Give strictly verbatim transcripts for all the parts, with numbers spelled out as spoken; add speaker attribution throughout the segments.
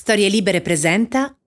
Speaker 1: Storie Libere presenta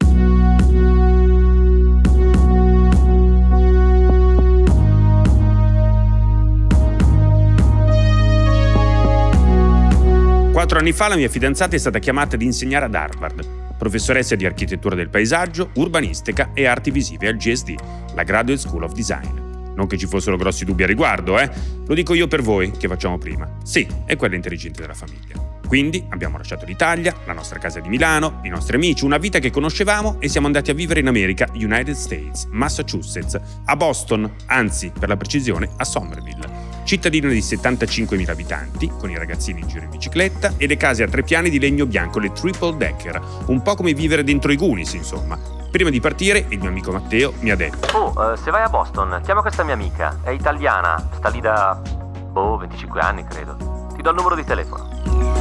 Speaker 2: Quattro anni fa la mia fidanzata è stata chiamata ad insegnare ad Harvard, professoressa di architettura del paesaggio, urbanistica e arti visive al G S D, la Graduate School of Design. Non che ci fossero grossi dubbi a riguardo, eh? Lo dico io per voi, che facciamo prima. Sì, è quella intelligente della famiglia. Quindi abbiamo lasciato l'Italia, la nostra casa di Milano, i nostri amici, una vita che conoscevamo e siamo andati a vivere in America, United States, Massachusetts, a Boston, anzi, per la precisione, a Somerville. Cittadino di settantacinquemila abitanti, con i ragazzini in giro in bicicletta e le case a tre piani di legno bianco, le triple decker, un po' come vivere dentro i Goonies, insomma. Prima di partire, il mio amico Matteo mi ha detto:
Speaker 3: Oh, uh, se vai a Boston, chiama questa mia amica, è italiana, sta lì da, boh, venticinque anni credo. Ti do il numero di telefono.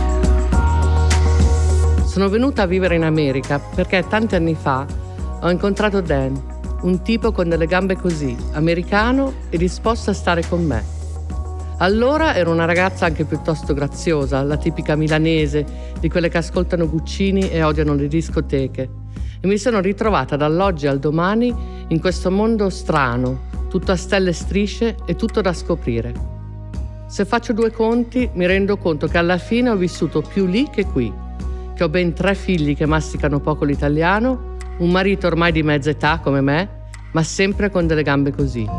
Speaker 4: Sono venuta a vivere in America perché tanti anni fa ho incontrato Dan, un tipo con delle gambe così, americano e disposto a stare con me. Allora ero una ragazza anche piuttosto graziosa, la tipica milanese, di quelle che ascoltano Guccini e odiano le discoteche. E mi sono ritrovata dall'oggi al domani in questo mondo strano, tutto a stelle e strisce e tutto da scoprire. Se faccio due conti, mi rendo conto che alla fine ho vissuto più lì che qui, che ho ben tre figli che masticano poco l'italiano, un marito ormai di mezza età come me, ma sempre con delle gambe così.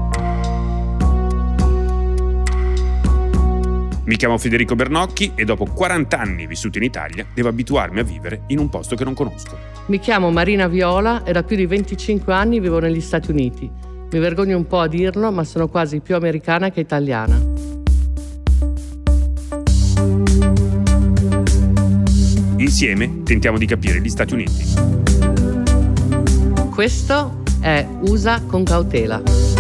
Speaker 2: Mi chiamo Federico Bernocchi e dopo quaranta anni vissuti in Italia devo abituarmi a vivere in un posto che non conosco.
Speaker 4: Mi chiamo Marina Viola e da più di venticinque anni vivo negli Stati Uniti. Mi vergogno un po' a dirlo, ma sono quasi più americana che italiana.
Speaker 2: Insieme tentiamo di capire gli Stati Uniti.
Speaker 4: Questo è U S A con cautela.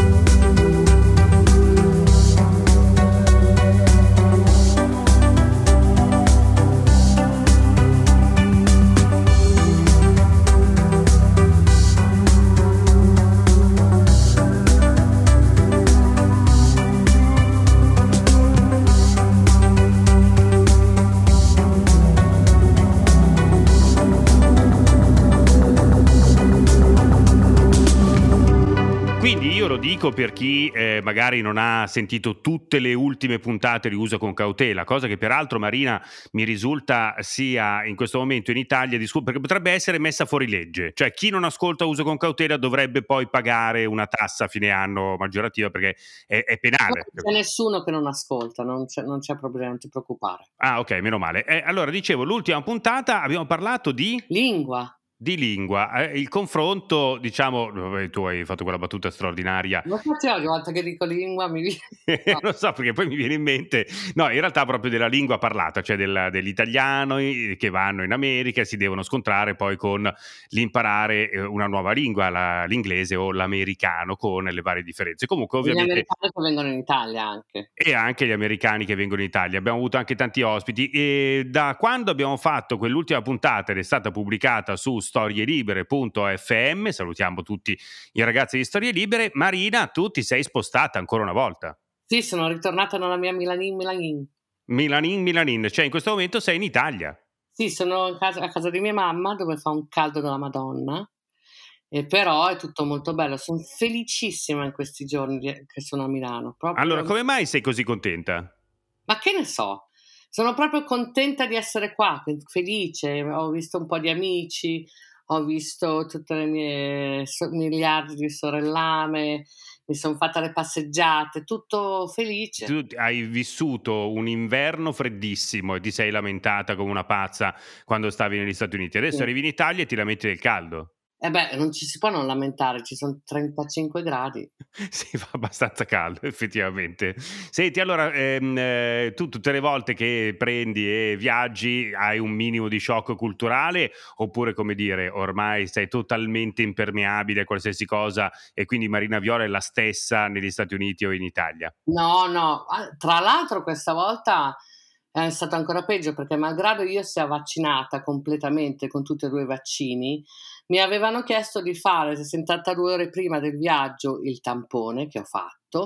Speaker 2: Io lo dico per chi eh, magari non ha sentito tutte le ultime puntate di Usa con cautela, cosa che peraltro Marina mi risulta sia in questo momento in Italia, perché potrebbe essere messa fuori legge, cioè chi non ascolta Usa con cautela dovrebbe poi pagare una tassa a fine anno maggiorativa perché è, è penale.
Speaker 4: Non c'è nessuno che non ascolta, non c'è, non c'è problema, non ti preoccupare.
Speaker 2: Ah, ok, meno male. Eh, allora dicevo, l'ultima puntata abbiamo parlato di
Speaker 4: lingua.
Speaker 2: Di lingua, eh, il confronto, diciamo, tu hai fatto quella battuta straordinaria.
Speaker 4: Ma infatti ogni volta che dico lingua mi viene...
Speaker 2: Lo so, perché poi mi viene in mente, no, in realtà proprio della lingua parlata, cioè del, dell'italiano che vanno in America e si devono scontrare poi con l'imparare una nuova lingua, la, l'inglese o l'americano, con le varie differenze. Comunque ovviamente...
Speaker 4: Gli americani che vengono in Italia anche.
Speaker 2: E anche gli americani che vengono in Italia. Abbiamo avuto anche tanti ospiti e da quando abbiamo fatto quell'ultima puntata ed è stata pubblicata su storielibere punto effe emme, salutiamo tutti i ragazzi di Storie Libere, Marina, tu ti sei spostata ancora una volta.
Speaker 4: Sì, sono ritornata nella mia Milanin Milanin.
Speaker 2: Milanin Milanin, cioè in questo momento sei in Italia.
Speaker 4: Sì, sono in casa, a casa di mia mamma dove fa un caldo della Madonna, e però è tutto molto bello, sono felicissima in questi giorni che sono a Milano. Proprio...
Speaker 2: Allora, come mai sei così contenta?
Speaker 4: Ma che ne so, sono proprio contenta di essere qua, felice, ho visto un po' di amici, ho visto tutte le mie so- miliardi di sorellame, mi sono fatta le passeggiate, tutto felice.
Speaker 2: Tu hai vissuto un inverno freddissimo e ti sei lamentata come una pazza quando stavi negli Stati Uniti, adesso
Speaker 4: Sì.
Speaker 2: Arrivi in Italia e ti lamenti del caldo.
Speaker 4: Eh beh, non ci si può non lamentare, ci sono trentacinque gradi.
Speaker 2: Si fa abbastanza caldo, effettivamente. Senti, allora, ehm, eh, tu tutte le volte che prendi e viaggi hai un minimo di shock culturale oppure, come dire, ormai sei totalmente impermeabile a qualsiasi cosa e quindi Marina Viola è la stessa negli Stati Uniti o in Italia?
Speaker 4: No, no, tra l'altro questa volta è stato ancora peggio perché malgrado io sia vaccinata completamente con tutti e due i vaccini, mi avevano chiesto di fare sessantadue ore prima del viaggio il tampone che ho fatto,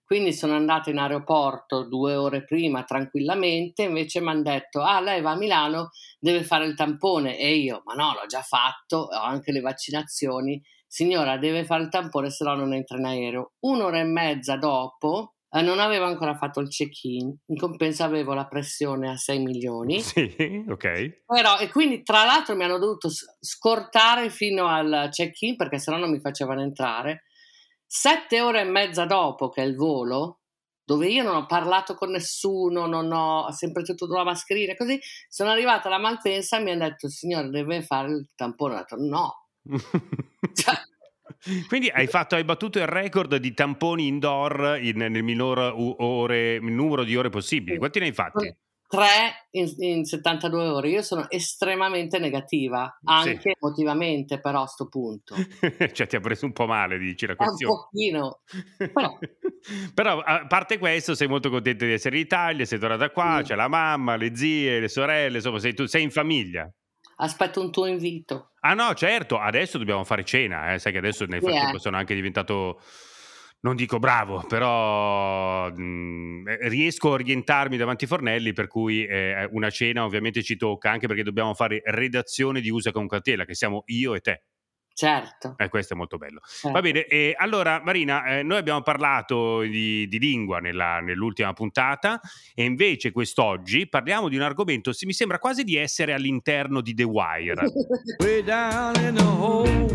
Speaker 4: Quindi sono andata in aeroporto due ore prima tranquillamente, invece mi hanno detto ah lei va a Milano, deve fare il tampone, e io ma no, l'ho già fatto, ho anche le vaccinazioni, signora deve fare il tampone se no non entra in aereo. Un'ora e mezza dopo eh, non avevo ancora fatto il check-in, in compenso avevo la pressione a sei milioni.
Speaker 2: Sì, ok.
Speaker 4: Però, e quindi tra l'altro mi hanno dovuto scortare fino al check-in perché sennò non mi facevano entrare. Sette ore e mezza dopo che è il volo, dove io non ho parlato con nessuno, non ho sempre tenuto la mascherina, così sono arrivata alla Malpensa e mi hanno detto signore deve fare il tampone, ho detto no. Cioè,
Speaker 2: quindi hai fatto, hai battuto il record di tamponi indoor in, nel minor ore, il numero di ore possibili. Quanti ne hai fatti?
Speaker 4: Tre in, in settantadue ore. Io sono estremamente negativa, anche
Speaker 2: Sì.
Speaker 4: emotivamente, però a sto punto.
Speaker 2: Cioè ti ha preso un po' male, dici, la
Speaker 4: È un
Speaker 2: questione.
Speaker 4: pochino. Però,
Speaker 2: però a parte questo sei molto contenta di essere in Italia, sei tornata qua,
Speaker 4: sì.
Speaker 2: c'è la mamma, le zie, le sorelle, insomma sei, tu, sei in famiglia.
Speaker 4: Aspetto un tuo invito.
Speaker 2: Ah no, certo, adesso dobbiamo fare cena, eh. Sai che adesso nel
Speaker 4: Sì,
Speaker 2: frattempo
Speaker 4: eh.
Speaker 2: sono anche diventato, non dico bravo, però mh, riesco a orientarmi davanti ai fornelli, per cui eh, una cena ovviamente ci tocca, anche perché dobbiamo fare redazione di Usa con Cautela, che siamo io e te.
Speaker 4: Certo.
Speaker 2: Eh, questo è molto bello.
Speaker 4: certo.
Speaker 2: Va bene, eh, allora Marina, eh, noi abbiamo parlato di, di lingua nella, nell'ultima puntata e invece quest'oggi parliamo di un argomento, mi sembra quasi di essere all'interno di The Wire. Way down in the hole.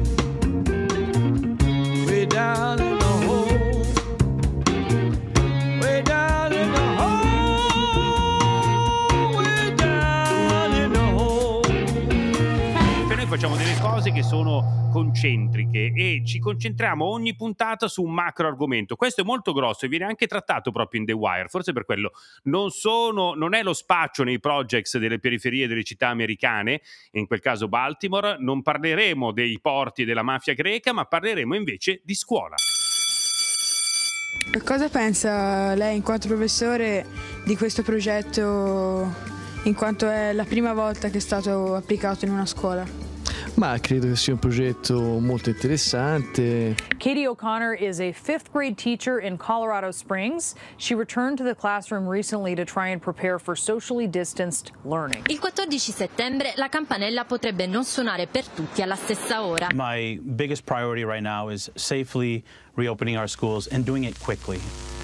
Speaker 2: Way down in the hole. Way down in the hole. Way down in the hole. Cioè noi facciamo delle cose che sono concentriche e ci concentriamo ogni puntata su un macro argomento. Questo è molto grosso e viene anche trattato proprio in The Wire, forse per quello non sono, non è lo spaccio nei projects delle periferie delle città americane, in quel caso Baltimore. Non parleremo dei porti e della mafia greca, ma parleremo invece di scuola.
Speaker 1: Cosa pensa lei in quanto professore di questo progetto, in quanto è la prima volta che è stato applicato in una scuola?
Speaker 5: Ma credo che sia un progetto molto interessante.
Speaker 6: Katie O'Connor is a fifth grade teacher in Colorado Springs. She returned to the classroom recently to try and prepare for socially distanced learning.
Speaker 7: Il quattordici settembre la campanella potrebbe non suonare per tutti alla stessa ora.
Speaker 8: My biggest priority right now is safely reopening our schools and doing it quickly.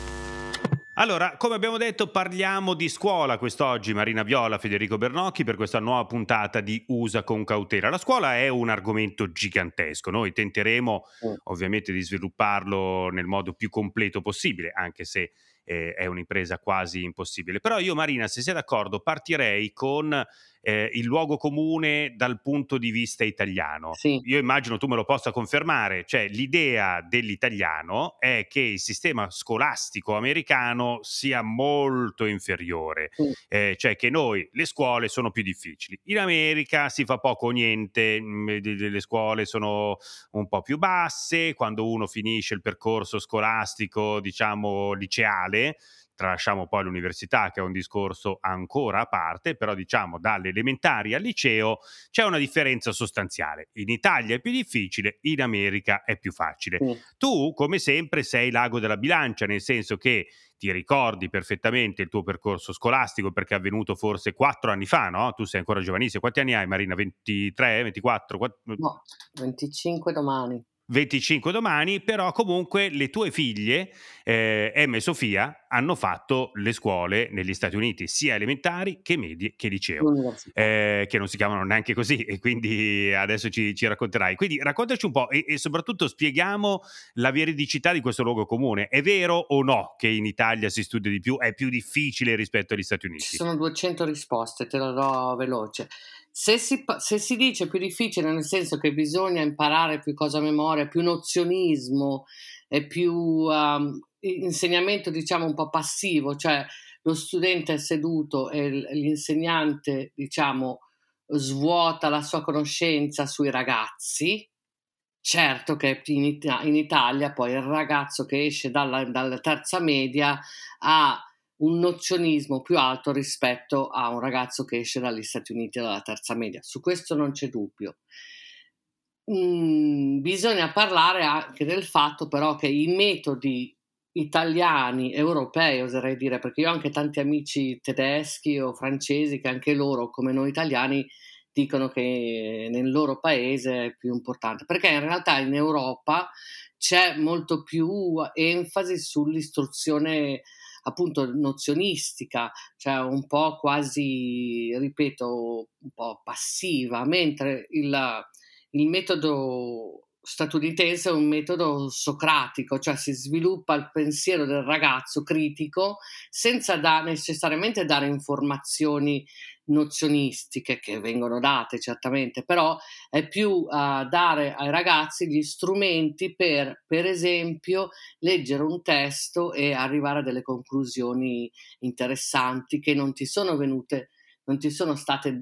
Speaker 2: Allora, come abbiamo detto, parliamo di scuola quest'oggi, Marina Viola, Federico Bernocchi, per questa nuova puntata di Usa con Cautela. La scuola è un argomento gigantesco, noi tenteremo ovviamente di svilupparlo nel modo più completo possibile, anche se eh, è un'impresa quasi impossibile. Però io, Marina, se sei d'accordo, partirei con eh, il luogo comune dal punto di vista italiano.
Speaker 4: Sì.
Speaker 2: Io immagino tu me lo possa confermare, cioè l'idea dell'italiano è che il sistema scolastico americano sia molto inferiore,
Speaker 4: Sì.
Speaker 2: eh, cioè che noi, le scuole sono più difficili. In America si fa poco o niente, mh, le scuole sono un po' più basse, quando uno finisce il percorso scolastico, diciamo, liceale, tralasciamo poi l'università che è un discorso ancora a parte, però diciamo dalle elementari al liceo c'è una differenza sostanziale. In Italia è più difficile, in America è più facile.
Speaker 4: Sì.
Speaker 2: Tu, come sempre, sei l'ago della bilancia, nel senso che ti ricordi perfettamente il tuo percorso scolastico perché è avvenuto forse quattro anni fa, no? Tu sei ancora giovanissima. Quanti anni hai, Marina? ventitré, ventiquattro?
Speaker 4: No, venticinque domani.
Speaker 2: venticinque domani, però comunque le tue figlie, eh, Emma e Sofia, hanno fatto le scuole negli Stati Uniti, sia elementari che medie che liceo, eh, che non si chiamano neanche così, e quindi adesso ci, ci racconterai. Quindi raccontaci un po' e, e soprattutto spieghiamo la veridicità di questo luogo comune. È vero o no che in Italia si studia di più, è più difficile rispetto agli Stati Uniti?
Speaker 4: Ci sono duecento risposte, te la do veloce. Se si, se si dice più difficile nel senso che bisogna imparare più cose a memoria, più nozionismo e più um, insegnamento diciamo un po' passivo, cioè lo studente è seduto e l'insegnante diciamo svuota la sua conoscenza sui ragazzi, certo che in, It- in Italia poi il ragazzo che esce dalla, dalla terza media ha un nozionismo più alto rispetto a un ragazzo che esce dagli Stati Uniti dalla terza media. Su questo non c'è dubbio. Mm, bisogna parlare anche del fatto però che i metodi italiani, europei oserei dire, perché io ho anche tanti amici tedeschi o francesi che anche loro, come noi italiani, dicono che nel loro paese è più importante, perché in realtà in Europa c'è molto più enfasi sull'istruzione appunto nozionistica, cioè un po' quasi, ripeto, un po' passiva, mentre il, il metodo statunitense è un metodo socratico, cioè si sviluppa il pensiero del ragazzo critico senza da, necessariamente dare informazioni nozionistiche, che vengono date certamente, però è più a uh, dare ai ragazzi gli strumenti per, per esempio, leggere un testo e arrivare a delle conclusioni interessanti che non ti sono venute, non ti sono state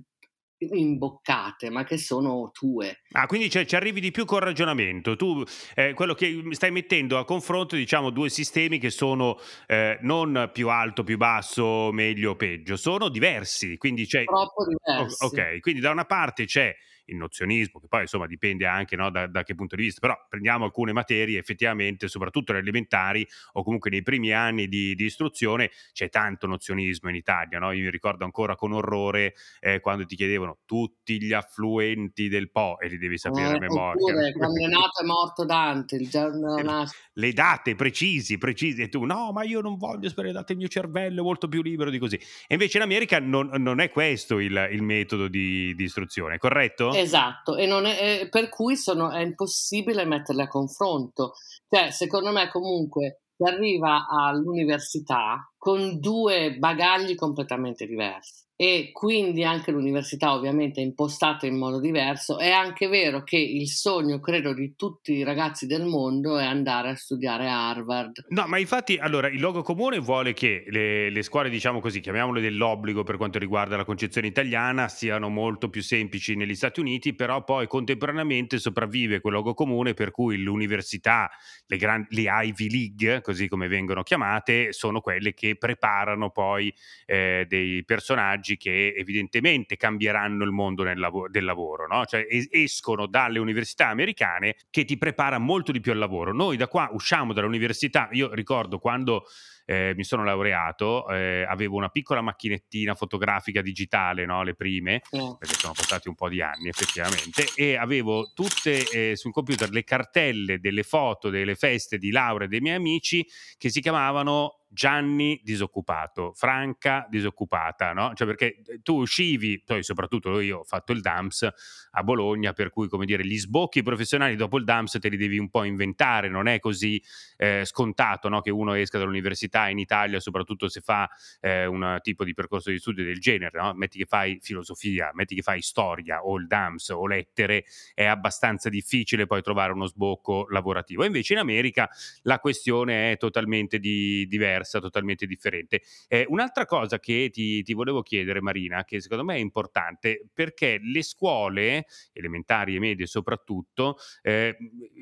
Speaker 4: imboccate, ma che sono tue.
Speaker 2: Ah, quindi cioè, ci arrivi di più col ragionamento. Tu eh, quello che stai mettendo a confronto, diciamo, due sistemi che sono eh, non più alto, più basso, meglio o peggio, sono diversi. Quindi c'è...
Speaker 4: Troppo diversi.
Speaker 2: O- ok, quindi da una parte c'è il nozionismo, che poi insomma dipende anche, no, da, da che punto di vista, però prendiamo alcune materie, effettivamente, soprattutto le elementari o comunque nei primi anni di, di istruzione, c'è tanto nozionismo in Italia, no? Io mi ricordo ancora con orrore eh, quando ti chiedevano tutti gli affluenti del Po e li devi sapere
Speaker 4: Eh,
Speaker 2: a memoria.
Speaker 4: oppure quando è nato è morto Dante, il giorno nasce.
Speaker 2: Le date precisi, precisi, e tu no, ma io non voglio sapere le date, il mio cervello è molto più libero di così. E invece in America non, non è questo il, il metodo di, di istruzione, corretto?
Speaker 4: Esatto, e non è, è, per cui sono, è impossibile metterle a confronto. Cioè, secondo me comunque si arriva all'università con due bagagli completamente diversi. E quindi anche l'università ovviamente è impostata in modo diverso. È anche vero che il sogno, credo, di tutti i ragazzi del mondo è andare a studiare a Harvard.
Speaker 2: No, ma infatti, allora, il luogo comune vuole che le, le scuole, diciamo così, chiamiamole dell'obbligo per quanto riguarda la concezione italiana, siano molto più semplici negli Stati Uniti, però poi contemporaneamente sopravvive quel luogo comune per cui l'università, le, gran, le Ivy League, così come vengono chiamate, sono quelle che preparano poi eh, dei personaggi che evidentemente cambieranno il mondo nel lav- del lavoro, no? Cioè es- escono dalle università americane che ti prepara molto di più al lavoro. Noi da qua usciamo dall'università, io ricordo quando eh, mi sono laureato, eh, avevo una piccola macchinettina fotografica digitale, no? Le prime,
Speaker 4: Oh.
Speaker 2: perché sono passati un po' di anni effettivamente, e avevo tutte eh, sul computer le cartelle delle foto delle feste di laurea dei miei amici che si chiamavano Gianni disoccupato, Franca disoccupata, no? Cioè perché tu uscivi, poi soprattutto io ho fatto il D A M S a Bologna, per cui come dire gli sbocchi professionali dopo il D A M S te li devi un po' inventare, non è così eh, scontato, no? Che uno esca dall'università in Italia, soprattutto se fa eh, un tipo di percorso di studio del genere, no? Metti che fai filosofia, metti che fai storia o il D A M S o lettere, è abbastanza difficile poi trovare uno sbocco lavorativo. E invece in America la questione è totalmente di, diversa, totalmente differente. Eh, un'altra cosa che ti, ti volevo chiedere, Marina, che secondo me è importante, perché le scuole elementari e medie soprattutto eh,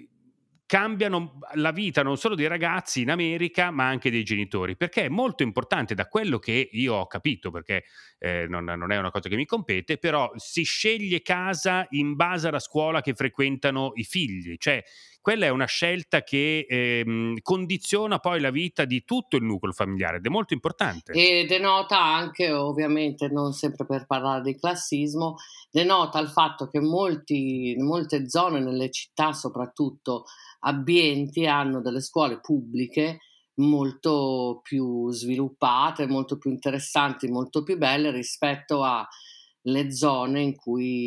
Speaker 2: cambiano la vita non solo dei ragazzi in America ma anche dei genitori, perché è molto importante, da quello che io ho capito, perché eh, non, non è una cosa che mi compete, però si sceglie casa in base alla scuola che frequentano i figli, cioè quella è una scelta che ehm, condiziona poi la vita di tutto il nucleo familiare ed è molto importante.
Speaker 4: E denota anche, ovviamente, non sempre per parlare di classismo, denota il fatto che molti, molte zone nelle città, soprattutto abbienti, hanno delle scuole pubbliche molto più sviluppate, molto più interessanti, molto più belle rispetto alle zone in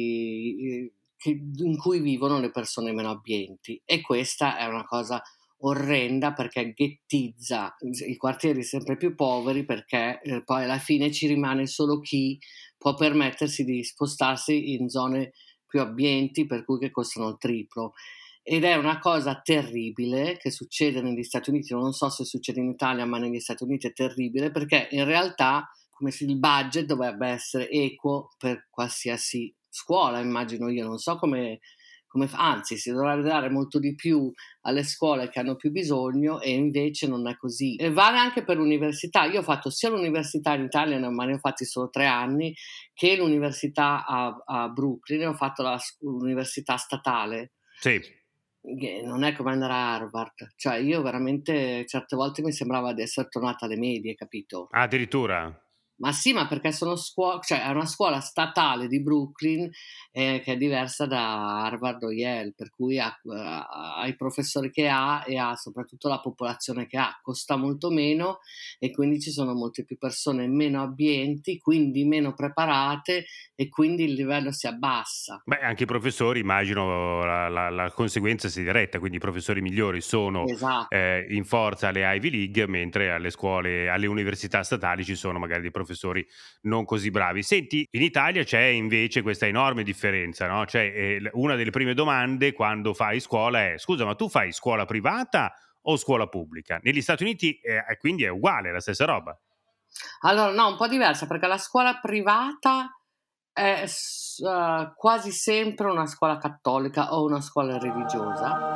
Speaker 4: cui Che, in cui vivono le persone meno abbienti, e questa è una cosa orrenda perché ghettizza i quartieri sempre più poveri, perché eh, poi alla fine ci rimane solo chi può permettersi di spostarsi in zone più abbienti, per cui che costano il triplo. Ed è una cosa terribile che succede negli Stati Uniti, non so se succede in Italia, ma negli Stati Uniti è terribile perché in realtà come se il budget dovrebbe essere equo per qualsiasi scuola, immagino io, non so come, come anzi si dovrebbe dare molto di più alle scuole che hanno più bisogno, e invece non è così. E vale anche per l'università. Io ho fatto sia l'università in Italia, ma ne ho fatti solo tre anni, che l'università a, a Brooklyn, ho fatto la, l'università statale.
Speaker 2: Sì.
Speaker 9: che non è come andare a Harvard, cioè io veramente certe volte mi sembrava di essere tornata alle medie, capito?
Speaker 2: Ah, addirittura?
Speaker 9: Ma sì, ma perché sono scuola, cioè è una scuola statale di Brooklyn eh, che è diversa da Harvard o Yale, per cui ha, ha i professori che ha e ha soprattutto la popolazione che ha, costa molto meno e quindi ci sono molte più persone meno abbienti, quindi meno preparate e quindi il livello si abbassa.
Speaker 2: Beh, anche i professori, immagino la, la, la conseguenza sia diretta, quindi i professori migliori sono
Speaker 9: Esatto.
Speaker 2: eh, in forza alle Ivy League, mentre alle scuole, alle università statali ci sono magari dei professori non così bravi. Senti, in Italia c'è invece questa enorme differenza, no? Cioè, eh, una delle prime domande quando fai scuola è: scusa, ma tu fai scuola privata o scuola pubblica? Negli Stati Uniti eh, quindi è uguale, la stessa roba.
Speaker 9: Allora, no, un po' diversa, perché la scuola privata è uh, quasi sempre una scuola cattolica o una scuola religiosa.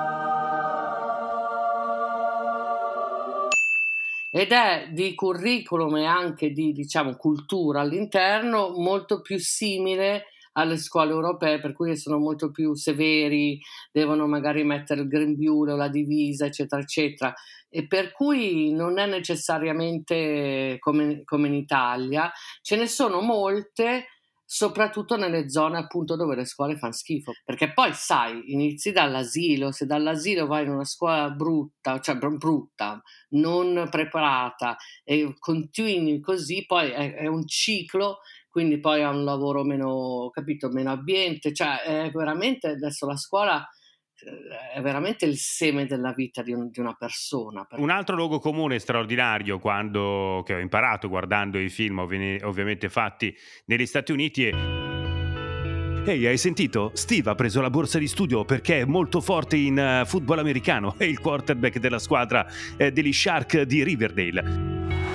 Speaker 9: Ed è di curriculum e anche di, diciamo, cultura all'interno molto più simile alle scuole europee, per cui sono molto più severi, devono magari mettere il grembiule o la divisa, eccetera, eccetera. E per cui non è necessariamente come, come in Italia, ce ne sono molte, soprattutto nelle zone appunto dove le scuole fanno schifo, perché poi sai, inizi dall'asilo, se dall'asilo vai in una scuola brutta, cioè brutta, non preparata e continui così, poi è, è un ciclo, quindi poi ha un lavoro meno, capito, meno ambiente, cioè è veramente, adesso la scuola è veramente il seme della vita di, un, di una persona.
Speaker 2: Un altro luogo comune straordinario quando, che ho imparato guardando i film ovvi- ovviamente fatti negli Stati Uniti è: ehi, hai sentito? Steve ha preso la borsa di studio perché è molto forte in uh, football americano, è il quarterback della squadra eh, degli Shark di Riverdale.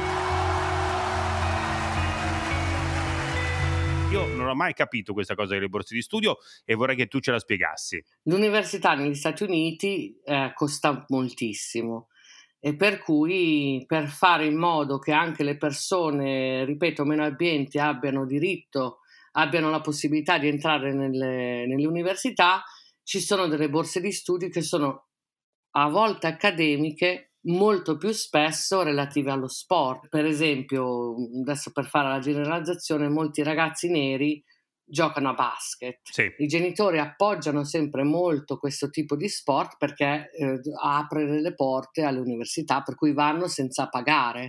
Speaker 2: Io non ho mai capito questa cosa delle borse di studio e vorrei che tu ce la spiegassi.
Speaker 9: L'università negli Stati Uniti eh, costa moltissimo e per cui per fare in modo che anche le persone, ripeto, meno abbienti abbiano diritto, abbiano la possibilità di entrare nelle, nelle università, ci sono delle borse di studio che sono a volte accademiche, molto più spesso relative allo sport. Per esempio, adesso per fare la generalizzazione, molti ragazzi neri giocano a basket.
Speaker 2: Sì.
Speaker 9: I genitori appoggiano sempre molto questo tipo di sport perché eh, apre delle porte alle università, per cui vanno senza pagare.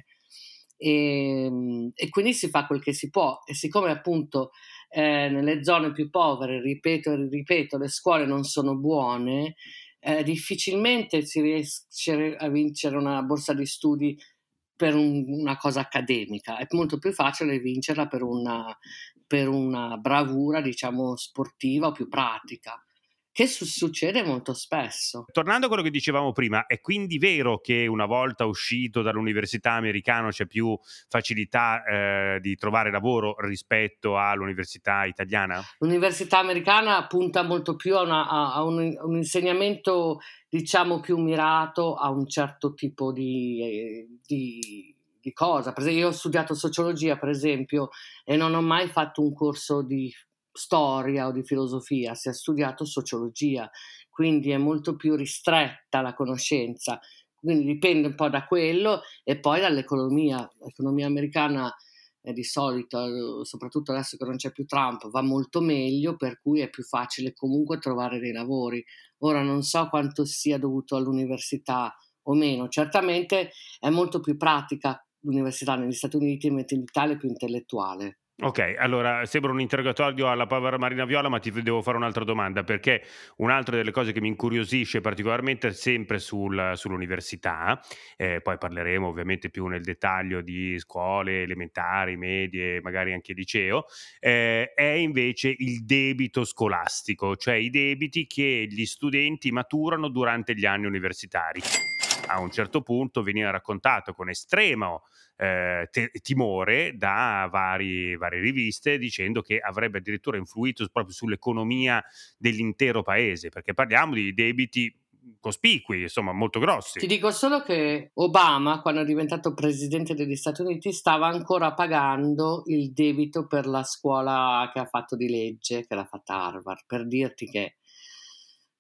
Speaker 9: E, e quindi si fa quel che si può, e siccome appunto eh, nelle zone più povere, ripeto e ripeto, le scuole non sono buone, eh, difficilmente si riesce a vincere una borsa di studi per un, una cosa accademica, è molto più facile vincerla per una, per una bravura, diciamo, sportiva o più pratica, che su- succede molto spesso.
Speaker 2: Tornando a quello che dicevamo prima, è quindi vero che una volta uscito dall'università americano c'è più facilità eh, di trovare lavoro rispetto all'università italiana?
Speaker 9: L'università americana punta molto più a, una, a, a un, un insegnamento, diciamo, più mirato a un certo tipo di, eh, di, di cosa. Per esempio, io ho studiato sociologia, per esempio, e non ho mai fatto un corso di storia o di filosofia, si è studiato sociologia, quindi è molto più ristretta la conoscenza, quindi dipende un po' da quello e poi dall'economia. L'economia americana eh, di solito, soprattutto adesso che non c'è più Trump, va molto meglio, per cui è più facile comunque trovare dei lavori. Ora non so quanto sia dovuto all'università o meno, certamente è molto più pratica l'università negli Stati Uniti, mentre in Italia è più intellettuale.
Speaker 2: Ok, allora sembra un interrogatorio alla povera Marina Viola, ma ti devo fare un'altra domanda, perché un'altra delle cose che mi incuriosisce particolarmente sempre sul, sull'università, eh, poi parleremo ovviamente più nel dettaglio di scuole elementari, medie, magari anche liceo, eh, è invece il debito scolastico, cioè i debiti che gli studenti maturano durante gli anni universitari. A un certo punto veniva raccontato con estremo eh, te- timore da vari, varie riviste, dicendo che avrebbe addirittura influito proprio sull'economia dell'intero paese, perché parliamo di debiti cospicui, insomma molto grossi.
Speaker 9: Ti dico solo che Obama, quando è diventato presidente degli Stati Uniti, stava ancora pagando il debito per la scuola che ha fatto di legge, che l'ha fatta Harvard, per dirti che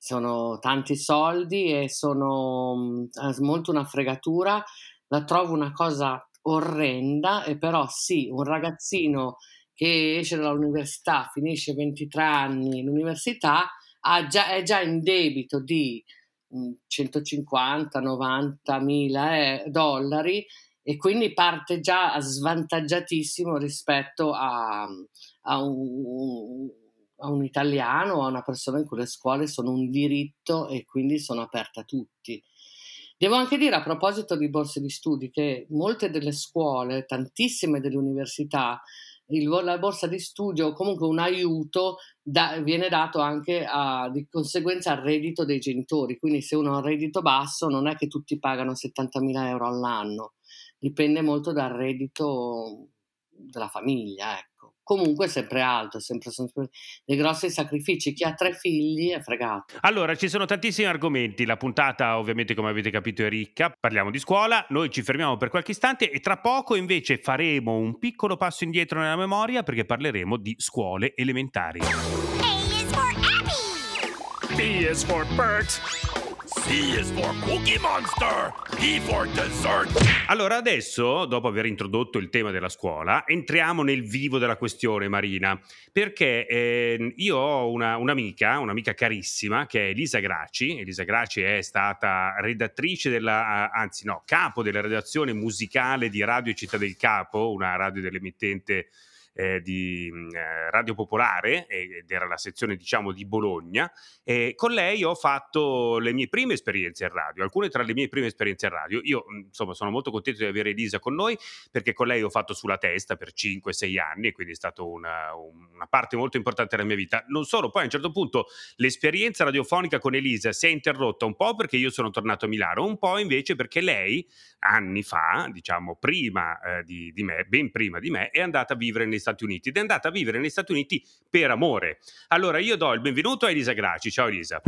Speaker 9: sono tanti soldi e sono mh, molto una fregatura. La trovo una cosa orrenda, e però sì, un ragazzino che esce dall'università, finisce ventitré anni l'università, ha già, è già in debito di mh, centocinquanta novanta mila eh, dollari, e quindi parte già svantaggiatissimo rispetto a, a, un, a un italiano o a una persona in cui le scuole sono un diritto e quindi sono aperte a tutti. Devo anche dire, a proposito di borse di studi, che molte delle scuole, tantissime delle università, il, la borsa di studio o comunque un aiuto da, viene dato anche a, di conseguenza al reddito dei genitori, quindi se uno ha un reddito basso non è che tutti pagano settantamila euro all'anno, dipende molto dal reddito della famiglia, ecco. Comunque sempre alto, sempre sono dei grossi sacrifici. Chi ha tre figli è fregato.
Speaker 2: Allora, ci sono tantissimi argomenti, la puntata ovviamente, come avete capito, è ricca, parliamo di scuola, noi ci fermiamo per qualche istante e tra poco invece faremo un piccolo passo indietro nella memoria perché parleremo di scuole elementari.
Speaker 10: A is for Abby.
Speaker 11: B is for Bert. C is for Cookie Monster. D for dessert.
Speaker 2: Allora adesso, dopo aver introdotto il tema della scuola, entriamo nel vivo della questione, Marina, perché eh, io ho una, un'amica, un'amica carissima, che è Elisa Graci. Elisa Graci è stata redattrice della, anzi no, capo della redazione musicale di Radio Città del Capo, una radio dell'emittente Eh, di eh, Radio Popolare, ed era la sezione diciamo di Bologna, e con lei ho fatto le mie prime esperienze in radio, alcune tra le mie prime esperienze in radio. Io insomma sono molto contento di avere Elisa con noi perché con lei ho fatto Sulla Testa per cinque sei anni e quindi è stata una, una parte molto importante della mia vita. Non solo, poi a un certo punto l'esperienza radiofonica con Elisa si è interrotta un po' perché io sono tornato a Milano, un po' invece perché lei anni fa, diciamo prima eh, di, di me, ben prima di me, è andata a vivere negli Stati Uniti ed è andata a vivere negli Stati Uniti per amore. Allora io do il benvenuto a Elisa Graci. Ciao Elisa.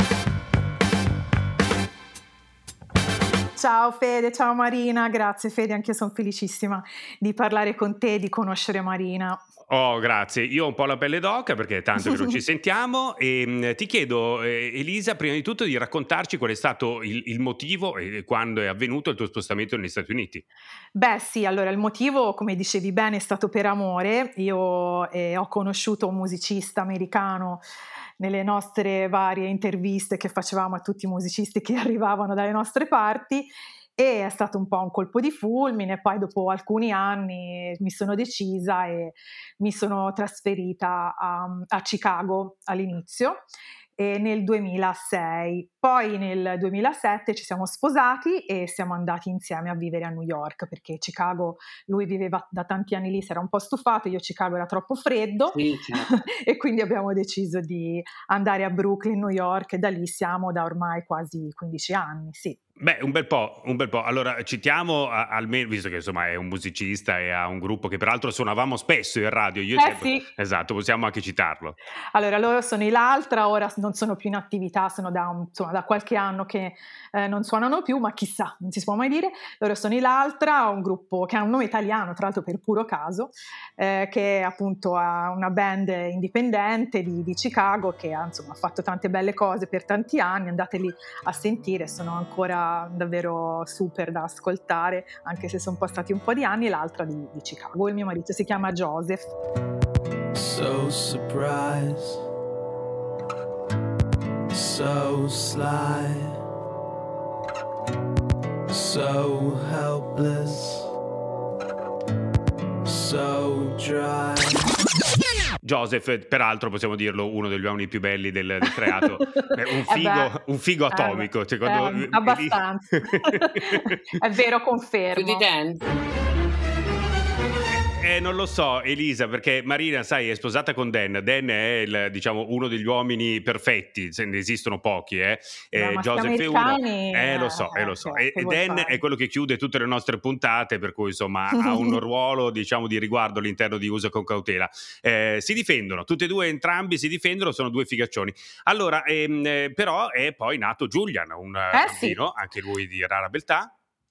Speaker 12: Ciao Fede, ciao Marina, grazie Fede, anche io sono felicissima di parlare con te, di conoscere Marina.
Speaker 2: Oh, grazie. Io ho un po' la pelle d'oca perché è tanto che non ci sentiamo e mh, ti chiedo, eh, Elisa, prima di tutto di raccontarci qual è stato il, il motivo e quando è avvenuto il tuo spostamento negli Stati Uniti.
Speaker 12: Beh sì, allora il motivo, come dicevi bene, è stato per amore. Io eh, ho conosciuto un musicista americano nelle nostre varie interviste che facevamo a tutti i musicisti che arrivavano dalle nostre parti, e è stato un po' un colpo di fulmine. Poi dopo alcuni anni mi sono decisa e mi sono trasferita a, a Chicago all'inizio, e nel duemilasei. Poi nel duemilasette ci siamo sposati e siamo andati insieme a vivere a New York, perché Chicago, lui viveva da tanti anni lì, si era un po' stufato, io Chicago era troppo freddo,
Speaker 9: sì, certo.
Speaker 12: E quindi abbiamo deciso di andare a Brooklyn, New York, e da lì siamo da ormai quasi quindici anni, sì.
Speaker 2: Beh, un bel po', un bel po'. Allora, citiamo a, almeno, visto che insomma è un musicista e ha un gruppo che peraltro suonavamo spesso in radio. Io
Speaker 12: eh
Speaker 2: te,
Speaker 12: sì.
Speaker 2: Esatto, possiamo anche citarlo.
Speaker 12: Allora, loro sono i L'Altra, ora non sono più in attività, sono da, un, insomma, da qualche anno che eh, non suonano più, ma chissà, non si può mai dire. Loro sono i L'Altra, un gruppo che ha un nome italiano, tra l'altro per puro caso, eh, che appunto ha una band indipendente di, di Chicago che ha, insomma, fatto tante belle cose per tanti anni. Andateli a sentire, sono ancora davvero super da ascoltare, anche se sono passati un po' di anni. L'Altra di, di Chicago, il mio marito si chiama Joseph.
Speaker 13: So surprised, so sly, so helpless, so dry.
Speaker 2: Joseph, peraltro possiamo dirlo, uno degli uomini più belli del, del creato, un figo,
Speaker 12: eh
Speaker 2: un figo atomico.
Speaker 12: Eh
Speaker 2: cioè, quando,
Speaker 12: eh, abbastanza. È vero, confermo.
Speaker 9: Più di Dan.
Speaker 2: Eh, non lo so, Elisa, perché Marina, sai, è sposata con Dan. Dan è il, diciamo, uno degli uomini perfetti, se ne esistono pochi, eh. eh
Speaker 12: no,
Speaker 2: Joseph è uno. Eh, lo so, eh, lo so.
Speaker 12: Eh,
Speaker 2: e Dan fare? È quello che chiude tutte le nostre puntate, per cui insomma ha un ruolo, diciamo, di riguardo all'interno di Usa con cautela. Eh, si difendono, tutti e due, entrambi si difendono, sono due figaccioni. Allora, ehm, però è poi nato Julian, un
Speaker 12: eh,
Speaker 2: bambino,
Speaker 12: sì.
Speaker 2: anche lui di rara beltà.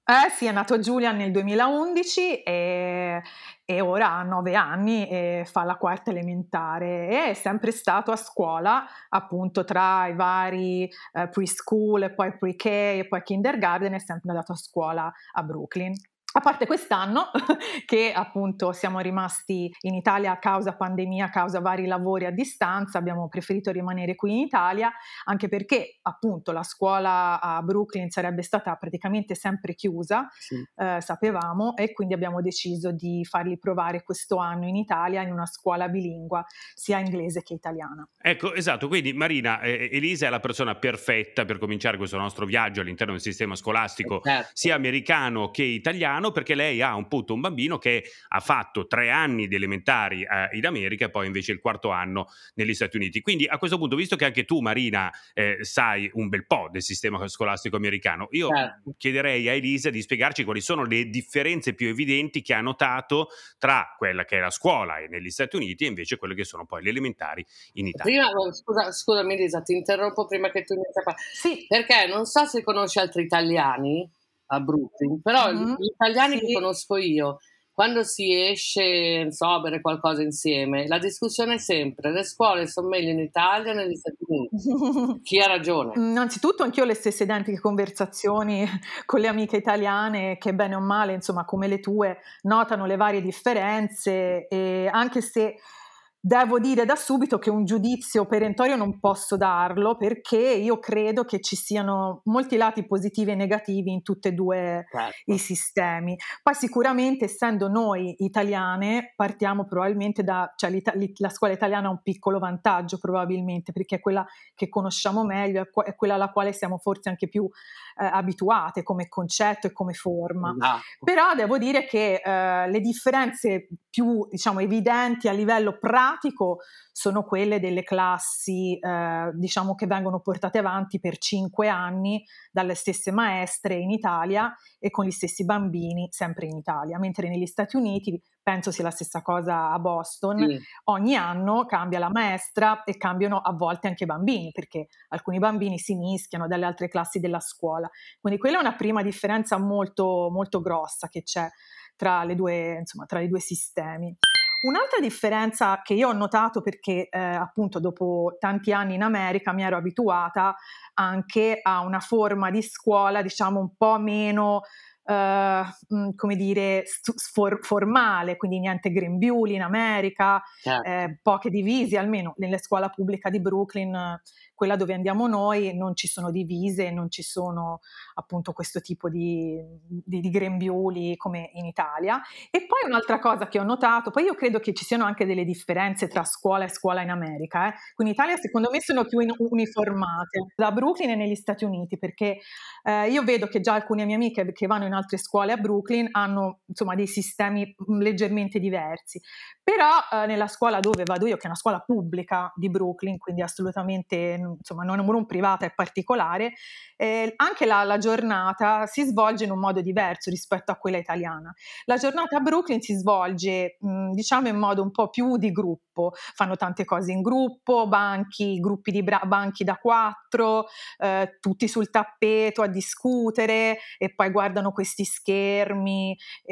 Speaker 12: Eh sì, è nato Julian nel duemilaundici e, e ora ha nove anni e fa la quarta elementare e è sempre stato a scuola, appunto tra i vari eh, preschool e poi pre-K e poi kindergarten, è sempre andato a scuola a Brooklyn. A parte quest'anno che appunto siamo rimasti in Italia a causa pandemia, a causa vari lavori a distanza, abbiamo preferito rimanere qui in Italia, anche perché appunto la scuola a Brooklyn sarebbe stata praticamente sempre chiusa, sì. eh, sapevamo, e quindi abbiamo deciso di farli provare questo anno in Italia in una scuola bilingua, sia inglese che italiana.
Speaker 2: Ecco, esatto, quindi Marina, eh, Elisa è la persona perfetta per cominciare questo nostro viaggio all'interno del sistema scolastico, certo. sia americano che italiano, perché lei ha un punto un bambino che ha fatto tre anni di elementari eh, in America e poi invece il quarto anno negli Stati Uniti. Quindi a questo punto, visto che anche tu Marina eh, sai un bel po' del sistema scolastico americano, io certo. chiederei a Elisa di spiegarci quali sono le differenze più evidenti che ha notato tra quella che è la scuola negli Stati Uniti e invece quelle che sono poi le elementari in Italia.
Speaker 9: Prima, scusa, scusami Elisa, ti interrompo prima che tu inizi a parlare.
Speaker 12: Sì.
Speaker 9: Perché non so se conosci altri italiani a Brooklyn, però mm-hmm. gli italiani sì. che conosco io, quando si esce, non so, a bere qualcosa insieme, la discussione è sempre: le scuole sono meglio in Italia o negli Stati Uniti? Chi ha ragione?
Speaker 12: Innanzitutto anch'io ho le stesse identiche conversazioni con le amiche italiane che bene o male, insomma, come le tue, notano le varie differenze, e anche se devo dire da subito che un giudizio perentorio non posso darlo, perché io credo che ci siano molti lati positivi e negativi in tutti e due certo. i sistemi. Poi sicuramente, essendo noi italiane, partiamo probabilmente da, cioè la scuola italiana ha un piccolo vantaggio probabilmente, perché è quella che conosciamo meglio, è quella alla quale siamo forse anche più eh, abituate come concetto e come forma. No. Però devo dire che eh, le differenze più, diciamo, evidenti a livello pratico sono quelle delle classi eh, diciamo che vengono portate avanti per cinque anni dalle stesse maestre in Italia e con gli stessi bambini sempre in Italia, mentre negli Stati Uniti, penso sia la stessa cosa a Boston, sì. ogni anno cambia la maestra e cambiano a volte anche i bambini, perché alcuni bambini si mischiano dalle altre classi della scuola, quindi quella è una prima differenza molto, molto grossa che c'è tra le due, insomma, tra i due sistemi. Un'altra differenza che io ho notato, perché eh, appunto dopo tanti anni in America mi ero abituata anche a una forma di scuola diciamo un po' meno Uh, come dire stu- for- formale, quindi niente grembiuli in America, certo. eh, poche divise, almeno nella scuola pubblica di Brooklyn, quella dove andiamo noi, non ci sono divise, non ci sono appunto questo tipo di, di, di grembiuli come in Italia. E poi un'altra cosa che ho notato, poi io credo che ci siano anche delle differenze tra scuola e scuola in America, eh. Qui in Italia secondo me sono più in- uniformate da Brooklyn e negli Stati Uniti, perché eh, io vedo che già alcune mie amiche che vanno in altre scuole a Brooklyn hanno insomma dei sistemi leggermente diversi, però eh, nella scuola dove vado io, che è una scuola pubblica di Brooklyn, quindi assolutamente insomma non, non privata e particolare, eh, anche la, la giornata si svolge in un modo diverso rispetto a quella italiana. La giornata a Brooklyn si svolge mh, diciamo in modo un po' più di gruppo, fanno tante cose in gruppo, banchi, gruppi di bra- banchi da quattro, eh, tutti sul tappeto a discutere e poi guardano questi schermi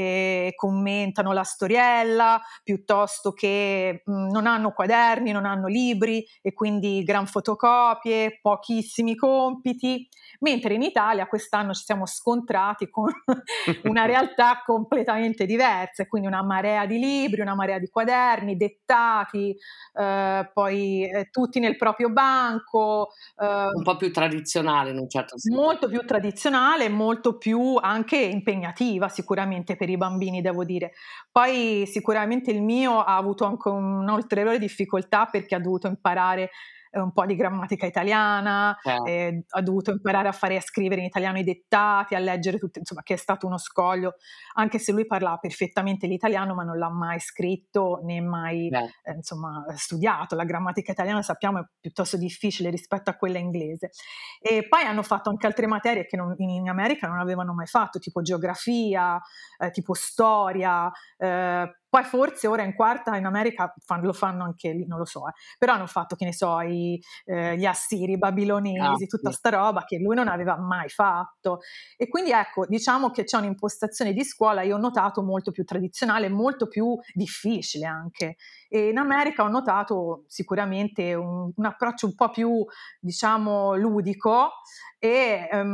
Speaker 12: e commentano la storiella, piuttosto che mh, non hanno quaderni, non hanno libri e quindi gran fotocopie, pochissimi compiti, mentre in Italia quest'anno ci siamo scontrati con una realtà completamente diversa, quindi una marea di libri, una marea di quaderni, dettati, eh, poi eh, tutti nel proprio banco.
Speaker 9: Eh, un po' più tradizionale in un certo senso.
Speaker 12: Molto più tradizionale, molto più anche impegnativa sicuramente per i bambini, devo dire. Poi sicuramente il mio ha avuto anche un'ulteriore difficoltà perché ha dovuto imparare un po' di grammatica italiana, eh. Eh, ha dovuto imparare a fare e a scrivere in italiano i dettati, a leggere tutti, insomma, che è stato uno scoglio, anche se lui parlava perfettamente l'italiano ma non l'ha mai scritto né mai eh, insomma studiato. La grammatica italiana sappiamo è piuttosto difficile rispetto a quella inglese. E poi hanno fatto anche altre materie che non, in America non avevano mai fatto, tipo geografia, eh, tipo storia, eh, Poi forse ora in quarta in America fan, lo fanno anche lì, non lo so, eh. Però hanno fatto, che ne so, i, eh, gli assiri, i babilonesi,
Speaker 9: Ah,
Speaker 12: tutta
Speaker 9: sì.
Speaker 12: sta roba che lui non aveva mai fatto. E quindi ecco, diciamo che c'è un'impostazione di scuola, io ho notato, molto più tradizionale, molto più difficile anche. E in America ho notato sicuramente un, un approccio un po' più, diciamo, ludico e ehm,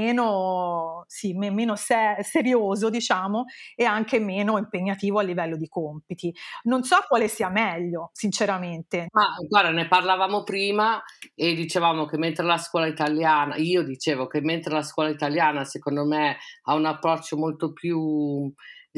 Speaker 12: meno, sì, me- meno se- serioso, diciamo, e anche meno impegnativo a livello di compiti. Non so quale sia meglio, sinceramente.
Speaker 9: Ma guarda, ne parlavamo prima e dicevamo che mentre la scuola italiana, io dicevo che mentre la scuola italiana secondo me ha un approccio molto più,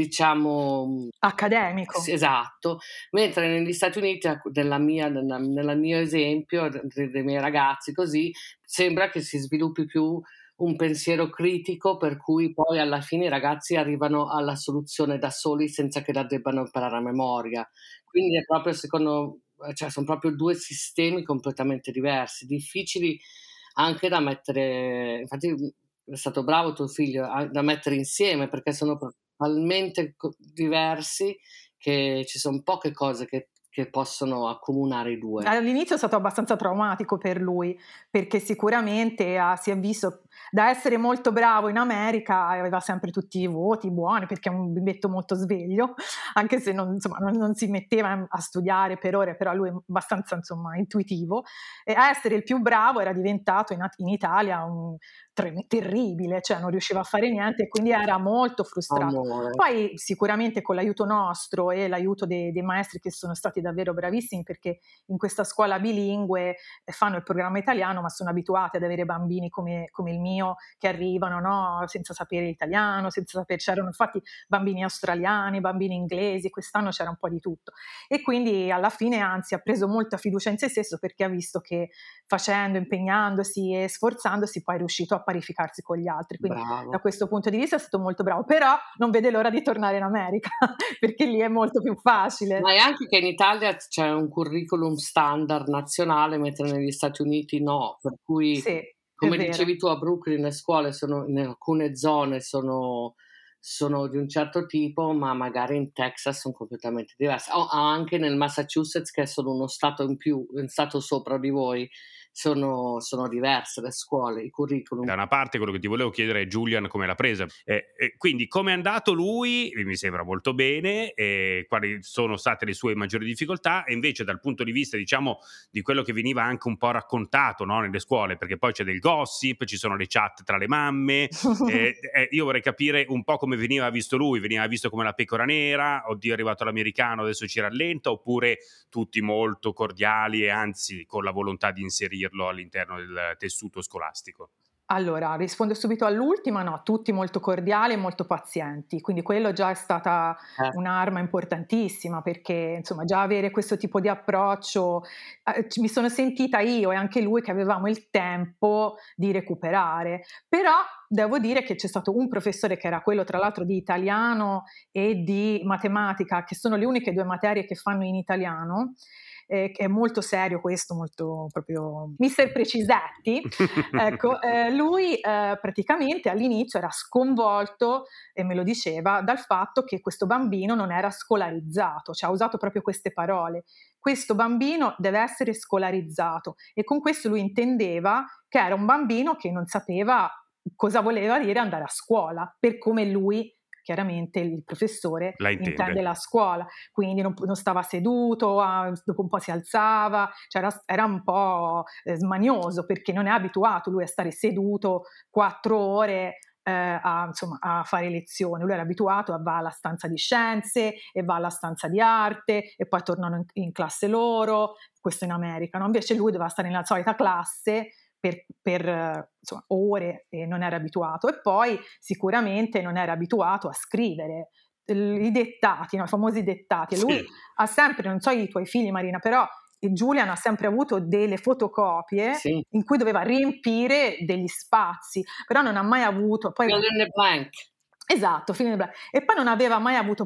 Speaker 9: diciamo,
Speaker 12: accademico.
Speaker 9: Esatto, mentre negli Stati Uniti, nella mia, nella, nel mio esempio dei, dei miei ragazzi, così sembra che si sviluppi più un pensiero critico, per cui poi alla fine i ragazzi arrivano alla soluzione da soli senza che la debbano imparare a memoria. Quindi è proprio, secondo, cioè sono proprio due sistemi completamente diversi, difficili anche da mettere. Infatti è stato bravo tuo figlio da mettere insieme, perché sono talmente diversi che ci sono poche cose che, che possono accomunare i due.
Speaker 12: All'inizio è stato abbastanza traumatico per lui, perché sicuramente ha, si è visto, da essere molto bravo in America aveva sempre tutti i voti buoni, perché è un bimbetto molto sveglio, anche se non, insomma, non, non si metteva a studiare per ore, però lui è abbastanza, insomma, intuitivo, e a essere il più bravo era diventato in, in Italia un terribile, cioè non riusciva a fare niente e quindi era molto frustrato.
Speaker 9: Amore.
Speaker 12: Poi sicuramente con l'aiuto nostro e l'aiuto dei, dei maestri, che sono stati davvero bravissimi, perché in questa scuola bilingue fanno il programma italiano, ma sono abituati ad avere bambini come, come il mio, che arrivano, no, senza sapere l'italiano, senza sapere, c'erano infatti bambini australiani, bambini inglesi, quest'anno c'era un po' di tutto, e quindi alla fine anzi ha preso molta fiducia in se stesso, perché ha visto che facendo, impegnandosi e sforzandosi poi è riuscito a parificarsi con gli altri, quindi
Speaker 9: Bravo.
Speaker 12: Da questo punto di vista è stato molto bravo, però non vede l'ora di tornare in America perché lì è molto più facile.
Speaker 9: Ma è anche che in Italia c'è un curriculum standard nazionale, mentre negli Stati Uniti no, per cui
Speaker 12: sì,
Speaker 9: come dicevi tu, a Brooklyn le scuole sono, in alcune zone sono, sono di un certo tipo, ma magari in Texas sono completamente diverse, o anche nel Massachusetts, che è solo uno stato in più, un stato sopra di voi. Sono, sono diverse le scuole, i curriculum.
Speaker 2: Da una parte quello che ti volevo chiedere è Julian come l'ha presa, eh, eh, quindi come è andato lui, mi sembra molto bene, eh, quali sono state le sue maggiori difficoltà, e invece dal punto di vista, diciamo, di quello che veniva anche un po' raccontato, no, nelle scuole, perché poi c'è del gossip, ci sono le chat tra le mamme, eh, eh, io vorrei capire un po' come veniva visto lui, veniva visto come la pecora nera, oddio è arrivato l'americano, adesso ci rallenta, oppure tutti molto cordiali e anzi con la volontà di inserire all'interno del tessuto scolastico?
Speaker 12: Allora, rispondo subito all'ultima, no, tutti molto cordiali e molto pazienti, quindi quello già è stata
Speaker 9: eh.
Speaker 12: un'arma importantissima, perché insomma già avere questo tipo di approccio, eh, mi sono sentita io e anche lui che avevamo il tempo di recuperare, però devo dire che c'è stato un professore che era quello tra l'altro di italiano e di matematica, che sono le uniche due materie che fanno in italiano, Eh, che è molto serio questo, molto proprio mister Precisetti, ecco, eh, lui eh, praticamente all'inizio era sconvolto, e me lo diceva, dal fatto che questo bambino non era scolarizzato, cioè ha usato proprio queste parole: questo bambino deve essere scolarizzato, e con questo lui intendeva che era un bambino che non sapeva cosa voleva dire andare a scuola, per come lui chiaramente il professore
Speaker 2: la
Speaker 12: intende la scuola, quindi non, non stava seduto, a, dopo un po' si alzava, cioè era, era un po' eh, smanioso, perché non è abituato lui a stare seduto quattro ore eh, a, insomma, a fare lezioni. Lui era abituato a va alla stanza di scienze e va alla stanza di arte e poi tornano in, in classe loro, questo in America, no? Invece lui doveva stare nella solita classe per, per insomma, ore, e non era abituato, e poi sicuramente non era abituato a scrivere i dettati, no? I famosi dettati. E lui sì. ha sempre, non so i tuoi figli Marina, però Julian ha sempre avuto delle fotocopie sì. in cui doveva riempire degli spazi, però non ha mai avuto poi
Speaker 9: fill in the blank.
Speaker 12: Esatto, fill in the blank. E poi non aveva mai avuto poi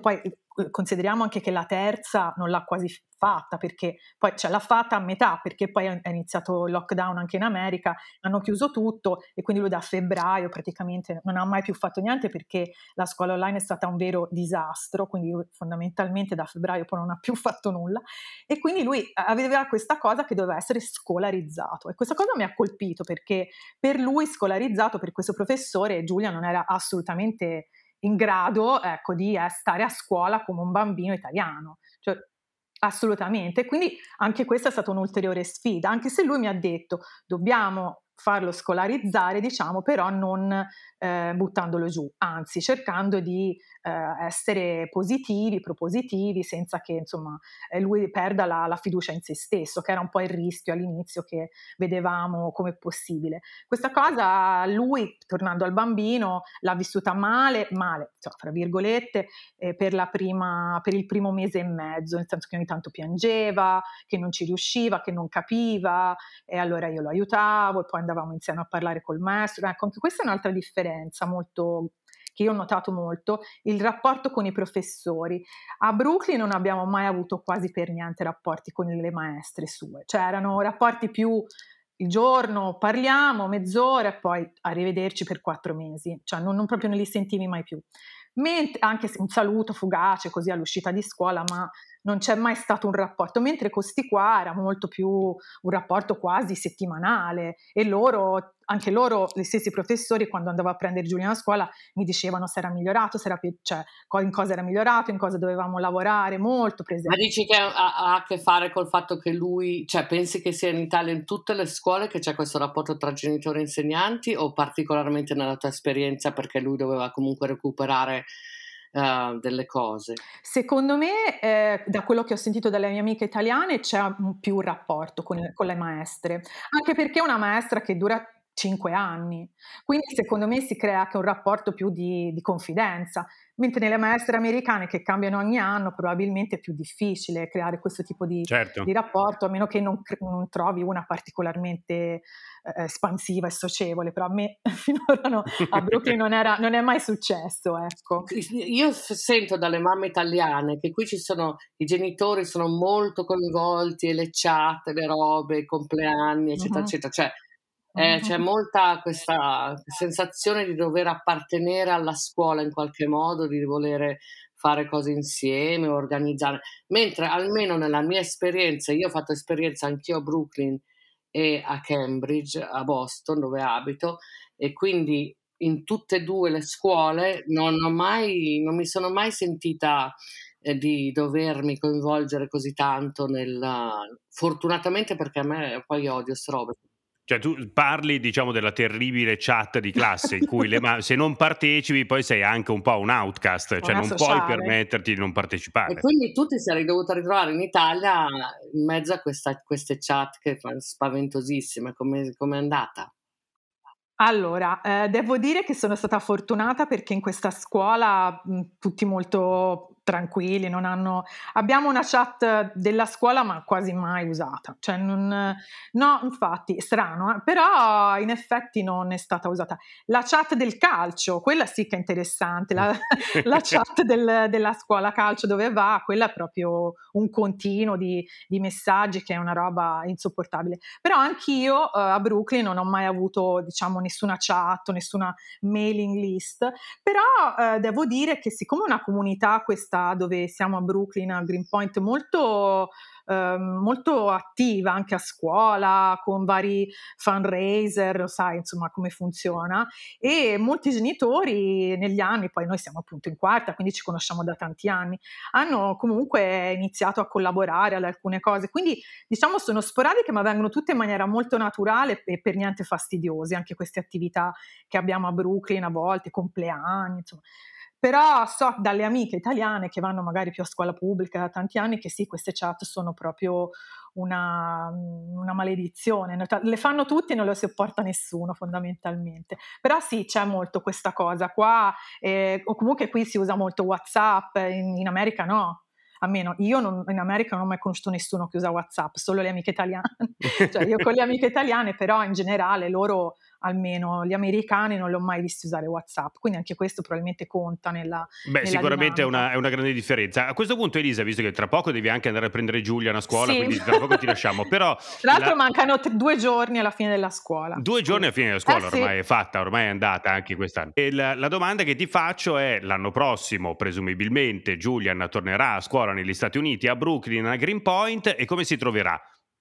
Speaker 12: consideriamo anche che la terza non l'ha quasi fatta, perché poi cioè, l'ha fatta a metà, perché poi è iniziato il lockdown anche in America, hanno chiuso tutto e quindi lui da febbraio praticamente non ha mai più fatto niente, perché la scuola online è stata un vero disastro, quindi lui fondamentalmente da febbraio poi non ha più fatto nulla, e quindi lui aveva questa cosa che doveva essere scolarizzato, e questa cosa mi ha colpito, perché per lui scolarizzato, per questo professore, Giulia non era assolutamente in grado, ecco, di eh, stare a scuola come un bambino italiano, cioè, assolutamente. Quindi anche questa è stata un'ulteriore sfida, anche se lui mi ha detto dobbiamo farlo scolarizzare, diciamo, però non eh, buttandolo giù, anzi cercando di eh, essere positivi, propositivi, senza che insomma eh, lui perda la, la fiducia in se stesso, che era un po' il rischio all'inizio che vedevamo come possibile. Questa cosa lui, tornando al bambino, l'ha vissuta male, male, cioè, fra virgolette, eh, per, la prima, per il primo mese e mezzo, nel senso che ogni tanto piangeva, che non ci riusciva, che non capiva, e allora io lo aiutavo e poi andavamo insieme a parlare col maestro. Ecco, anche questa è un'altra differenza molto, che io ho notato molto, il rapporto con i professori. A Brooklyn non abbiamo mai avuto quasi per niente rapporti con le maestre sue, cioè erano rapporti più il giorno, parliamo mezz'ora e poi arrivederci per quattro mesi, cioè non, non proprio non li sentivi mai più. Mentre, anche se un saluto fugace così all'uscita di scuola, ma non c'è mai stato un rapporto, mentre con sti qua era molto più un rapporto quasi settimanale, e loro, anche loro, gli stessi professori, quando andavo a prendere Giulia a scuola mi dicevano se era migliorato, se era più, cioè in cosa era migliorato, in cosa dovevamo lavorare, molto presente.
Speaker 9: Ma dici che ha, ha a che fare col fatto che lui, cioè pensi che sia in Italia in tutte le scuole che c'è questo rapporto tra genitori e insegnanti, o particolarmente nella tua esperienza perché lui doveva comunque recuperare Uh, delle cose?
Speaker 12: Secondo me, eh, da quello che ho sentito dalle mie amiche italiane, c'è un più un rapporto con, con le maestre, anche perché è una maestra che dura cinque anni, quindi secondo me si crea anche un rapporto più di, di confidenza, mentre nelle maestre americane che cambiano ogni anno probabilmente è più difficile creare questo tipo di,
Speaker 2: certo.
Speaker 12: di rapporto, a meno che non, non trovi una particolarmente eh, espansiva e socievole, però a me finora no, a Brooklyn non, era, non è mai successo, ecco.
Speaker 9: Io sento dalle mamme italiane che qui ci sono, i genitori sono molto coinvolti, e le chat, le robe, i compleanni, eccetera, uh-huh. eccetera, cioè Eh, c'è molta questa sensazione di dover appartenere alla scuola in qualche modo, di volere fare cose insieme, organizzare, mentre almeno nella mia esperienza, io ho fatto esperienza anch'io a Brooklyn e a Cambridge, a Boston dove abito, e quindi in tutte e due le scuole non ho mai, non mi sono mai sentita eh, di dovermi coinvolgere così tanto nella, fortunatamente, perché a me poi odio ste robe.
Speaker 2: Cioè tu parli, diciamo, della terribile chat di classe in cui le ma- se non partecipi poi sei anche un po' un outcast, cioè non
Speaker 12: sociale.
Speaker 2: puoi permetterti di non partecipare.
Speaker 9: E quindi tu ti sarei dovuta ritrovare in Italia in mezzo a questa, queste chat che fanno spaventosissime. Come è andata?
Speaker 12: Allora, eh, devo dire che sono stata fortunata perché in questa scuola mh, tutti molto tranquilli, non hanno... abbiamo una chat della scuola ma quasi mai usata, cioè non... no, infatti, strano, eh? Però in effetti non è stata usata. La chat del calcio, quella sì che è interessante, la, la chat del, della scuola calcio dove va, quella è proprio un continuo di, di messaggi che è una roba insopportabile. Però anch'io eh, a Brooklyn non ho mai avuto, diciamo, nessuna chat, nessuna mailing list, però eh, devo dire che siccome una comunità questa dove siamo a Brooklyn, a Greenpoint, molto, eh, molto attiva anche a scuola, con vari fundraiser, lo sai insomma come funziona, e molti genitori negli anni, poi noi siamo appunto in quarta, quindi ci conosciamo da tanti anni, hanno comunque iniziato a collaborare ad alcune cose, quindi diciamo sono sporadiche ma vengono tutte in maniera molto naturale e per niente fastidiose, anche queste attività che abbiamo a Brooklyn a volte, compleanni, insomma. Però so dalle amiche italiane che vanno magari più a scuola pubblica da tanti anni che sì, queste chat sono proprio una, una maledizione, le fanno tutti e non le sopporta nessuno fondamentalmente, però sì, c'è molto questa cosa qua, eh, o comunque qui si usa molto WhatsApp, in, in America no. Almeno io non, in America non ho mai conosciuto nessuno che usa WhatsApp, solo le amiche italiane, cioè io con le amiche italiane, però in generale loro almeno gli americani non li ho mai visti usare WhatsApp, quindi anche questo probabilmente conta nella
Speaker 2: Beh,
Speaker 12: nella
Speaker 2: sicuramente è
Speaker 12: dinamica.
Speaker 2: una, è una grande differenza. A questo punto, Elisa, visto che tra poco devi anche andare a prendere Giulia a scuola,
Speaker 12: Sì.
Speaker 2: quindi tra poco ti lasciamo, però
Speaker 12: Tra l'altro
Speaker 2: la-
Speaker 12: mancano t- due giorni alla fine della scuola.
Speaker 2: due giorni alla fine della scuola,
Speaker 12: Eh, sì.
Speaker 2: ormai è fatta, ormai è andata anche quest'anno. E la, la domanda che ti faccio è: l'anno prossimo, presumibilmente, Julian tornerà a scuola negli Stati Uniti, a Brooklyn, a Greenpoint, e come si troverà?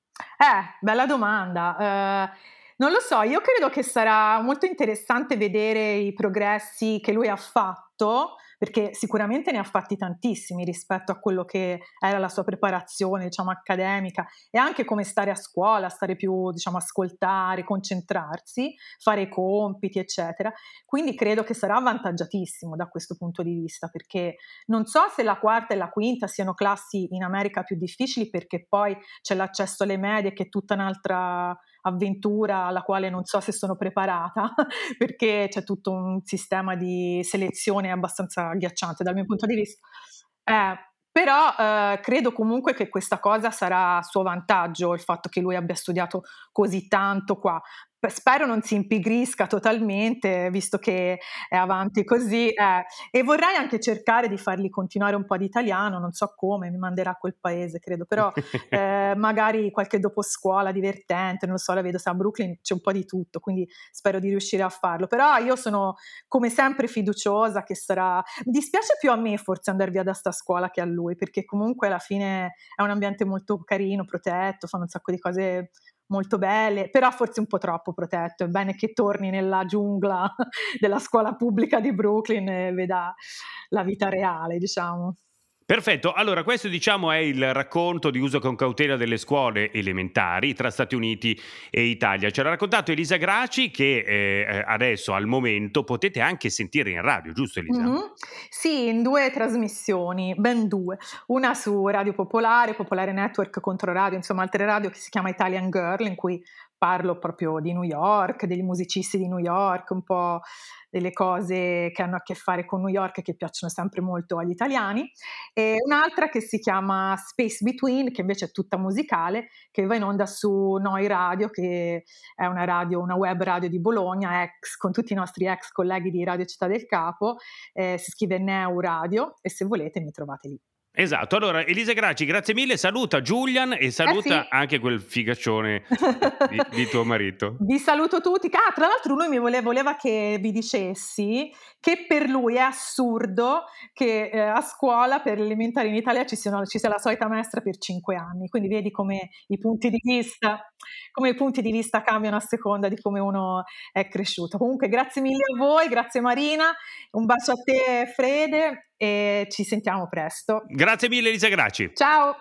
Speaker 12: Eh, bella domanda. Eh, non lo so, io credo che sarà molto interessante vedere i progressi che lui ha fatto, perché sicuramente ne ha fatti tantissimi rispetto a quello che era la sua preparazione, diciamo, accademica, e anche come stare a scuola, stare più, diciamo, ascoltare, concentrarsi, fare i compiti, eccetera. Quindi credo che sarà avvantaggiatissimo da questo punto di vista, perché non so se la quarta e la quinta siano classi in America più difficili, perché poi c'è l'accesso alle medie, che è tutta un'altra avventura alla quale non so se sono preparata, perché c'è tutto un sistema di selezione abbastanza agghiacciante dal mio punto di vista. Eh, però eh, credo comunque che questa cosa sarà a suo vantaggio, il fatto che lui abbia studiato così tanto qua. Spero non si impigrisca totalmente, visto che è avanti così, eh. E vorrei anche cercare di fargli continuare un po' di italiano, non so come, mi manderà a quel paese, credo, però eh, magari qualche doposcuola divertente, non lo so, la vedo, se a Brooklyn c'è un po' di tutto, quindi spero di riuscire a farlo. Però io sono come sempre fiduciosa che sarà... Mi dispiace più a me forse andare via da sta scuola che a lui, perché comunque alla fine è un ambiente molto carino, protetto, fanno un sacco di cose molto belle, però forse un po' troppo protetto. È bene che torni nella giungla della scuola pubblica di Brooklyn e veda la vita reale, diciamo.
Speaker 2: Perfetto, allora questo diciamo è il racconto di uso con cautela delle scuole elementari tra Stati Uniti e Italia. Ce l'ha raccontato Elisa Graci, che eh, adesso al momento potete anche sentire in radio, giusto Elisa?
Speaker 12: Mm-hmm. Sì, in due trasmissioni, ben due, una su Radio Popolare, Popolare Network contro radio, insomma altre radio, che si chiama Italian Girl, in cui parlo proprio di New York, degli musicisti di New York, un po' delle cose che hanno a che fare con New York e che piacciono sempre molto agli italiani, e un'altra che si chiama Space Between, che invece è tutta musicale, che va in onda su Noi Radio, che è una radio, una web radio di Bologna, ex, con tutti i nostri ex colleghi di Radio Città del Capo, eh, si scrive Neu Radio, e se volete mi trovate lì.
Speaker 2: Esatto, allora Elisa Graci, grazie mille, saluta Julian e saluta
Speaker 12: Eh sì.
Speaker 2: anche quel figaccione di, di tuo marito.
Speaker 12: Vi saluto tutti. Ah, tra l'altro lui mi voleva, voleva che vi dicessi che per lui è assurdo che eh, a scuola per l'elementare in Italia ci, siano, ci sia la solita maestra per cinque anni, quindi vedi come i punti di vista come i punti di vista cambiano a seconda di come uno è cresciuto. Comunque grazie mille a voi, grazie Marina, un bacio a te Frede, e ci sentiamo presto.
Speaker 2: Grazie mille Elisa Graci.
Speaker 12: Ciao.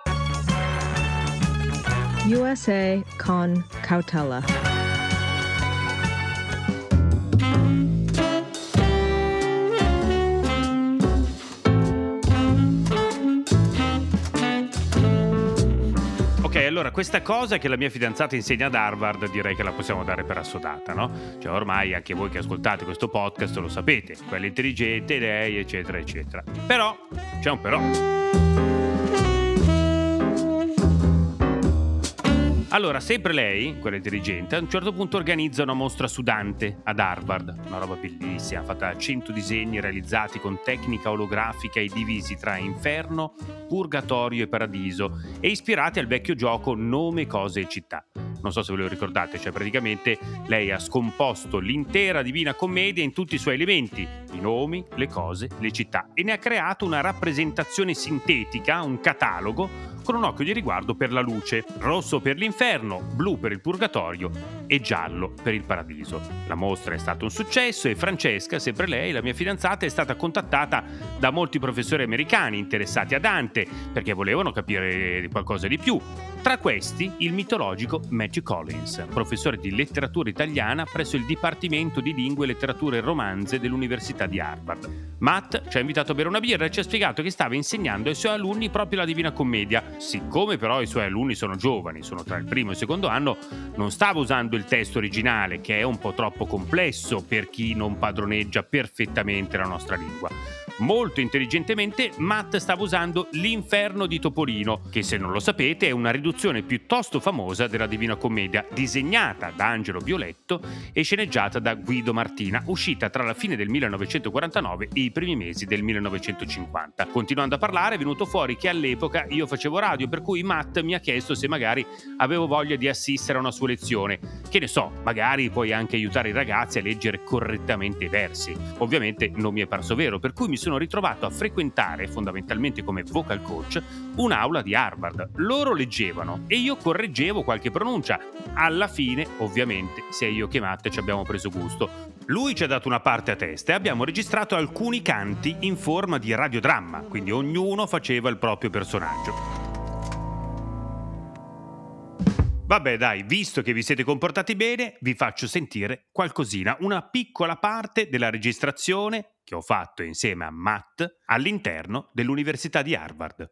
Speaker 14: U S A con cautela.
Speaker 2: Ok, allora questa cosa che la mia fidanzata insegna ad Harvard direi che la possiamo dare per assodata, no? Cioè ormai anche voi che ascoltate questo podcast lo sapete, quella intelligente, lei, eccetera, eccetera. Però, c'è un però. Allora, sempre lei, quella intelligente, a un certo punto organizza una mostra su Dante ad Harvard, una roba bellissima, fatta da cento disegni realizzati con tecnica olografica e divisi tra inferno, purgatorio e paradiso, e ispirati al vecchio gioco Nome, Cose e Città. Non so se ve lo ricordate, cioè praticamente lei ha scomposto l'intera Divina Commedia in tutti i suoi elementi, i nomi, le cose, le città, e ne ha creato una rappresentazione sintetica, un catalogo, con un occhio di riguardo per la luce, rosso per l'inferno, blu per il purgatorio e giallo per il paradiso. La mostra è stata un successo e Francesca, sempre lei, la mia fidanzata, è stata contattata da molti professori americani interessati a Dante perché volevano capire qualcosa di più. Tra questi il mitologico Matthew Collins, professore di letteratura italiana presso il Dipartimento di Lingue, Letterature e Romanze dell'Università di Harvard. Matt ci ha invitato a bere una birra e ci ha spiegato che stava insegnando ai suoi alunni proprio la Divina Commedia. Siccome però i suoi alunni sono giovani, sono tra il primo e il secondo anno, non stava usando il testo originale, che è un po' troppo complesso per chi non padroneggia perfettamente la nostra lingua. Molto intelligentemente Matt stava usando L'Inferno di Topolino, che se non lo sapete è una riduzione piuttosto famosa della Divina Commedia, disegnata da Angelo Violetto e sceneggiata da Guido Martina, uscita tra la fine del millenovecentoquarantanove e i primi mesi del millenovecentocinquanta. Continuando a parlare è venuto fuori che all'epoca io facevo radio, per cui Matt mi ha chiesto se magari avevo voglia di assistere a una sua lezione. Che ne so, magari puoi anche aiutare i ragazzi a leggere correttamente i versi. Ovviamente non mi è parso vero, per cui mi sono ritrovato a frequentare, fondamentalmente come vocal coach, un'aula di Harvard. Loro leggevano e io correggevo qualche pronuncia. Alla fine, ovviamente, sia io che Matt ci abbiamo preso gusto. Lui ci ha dato una parte a testa e abbiamo registrato alcuni canti in forma di radiodramma, quindi ognuno faceva il proprio personaggio. Vabbè dai, visto che vi siete comportati bene, vi faccio sentire qualcosina, una piccola parte della registrazione che ho fatto insieme a Matt all'interno dell'Università di Harvard.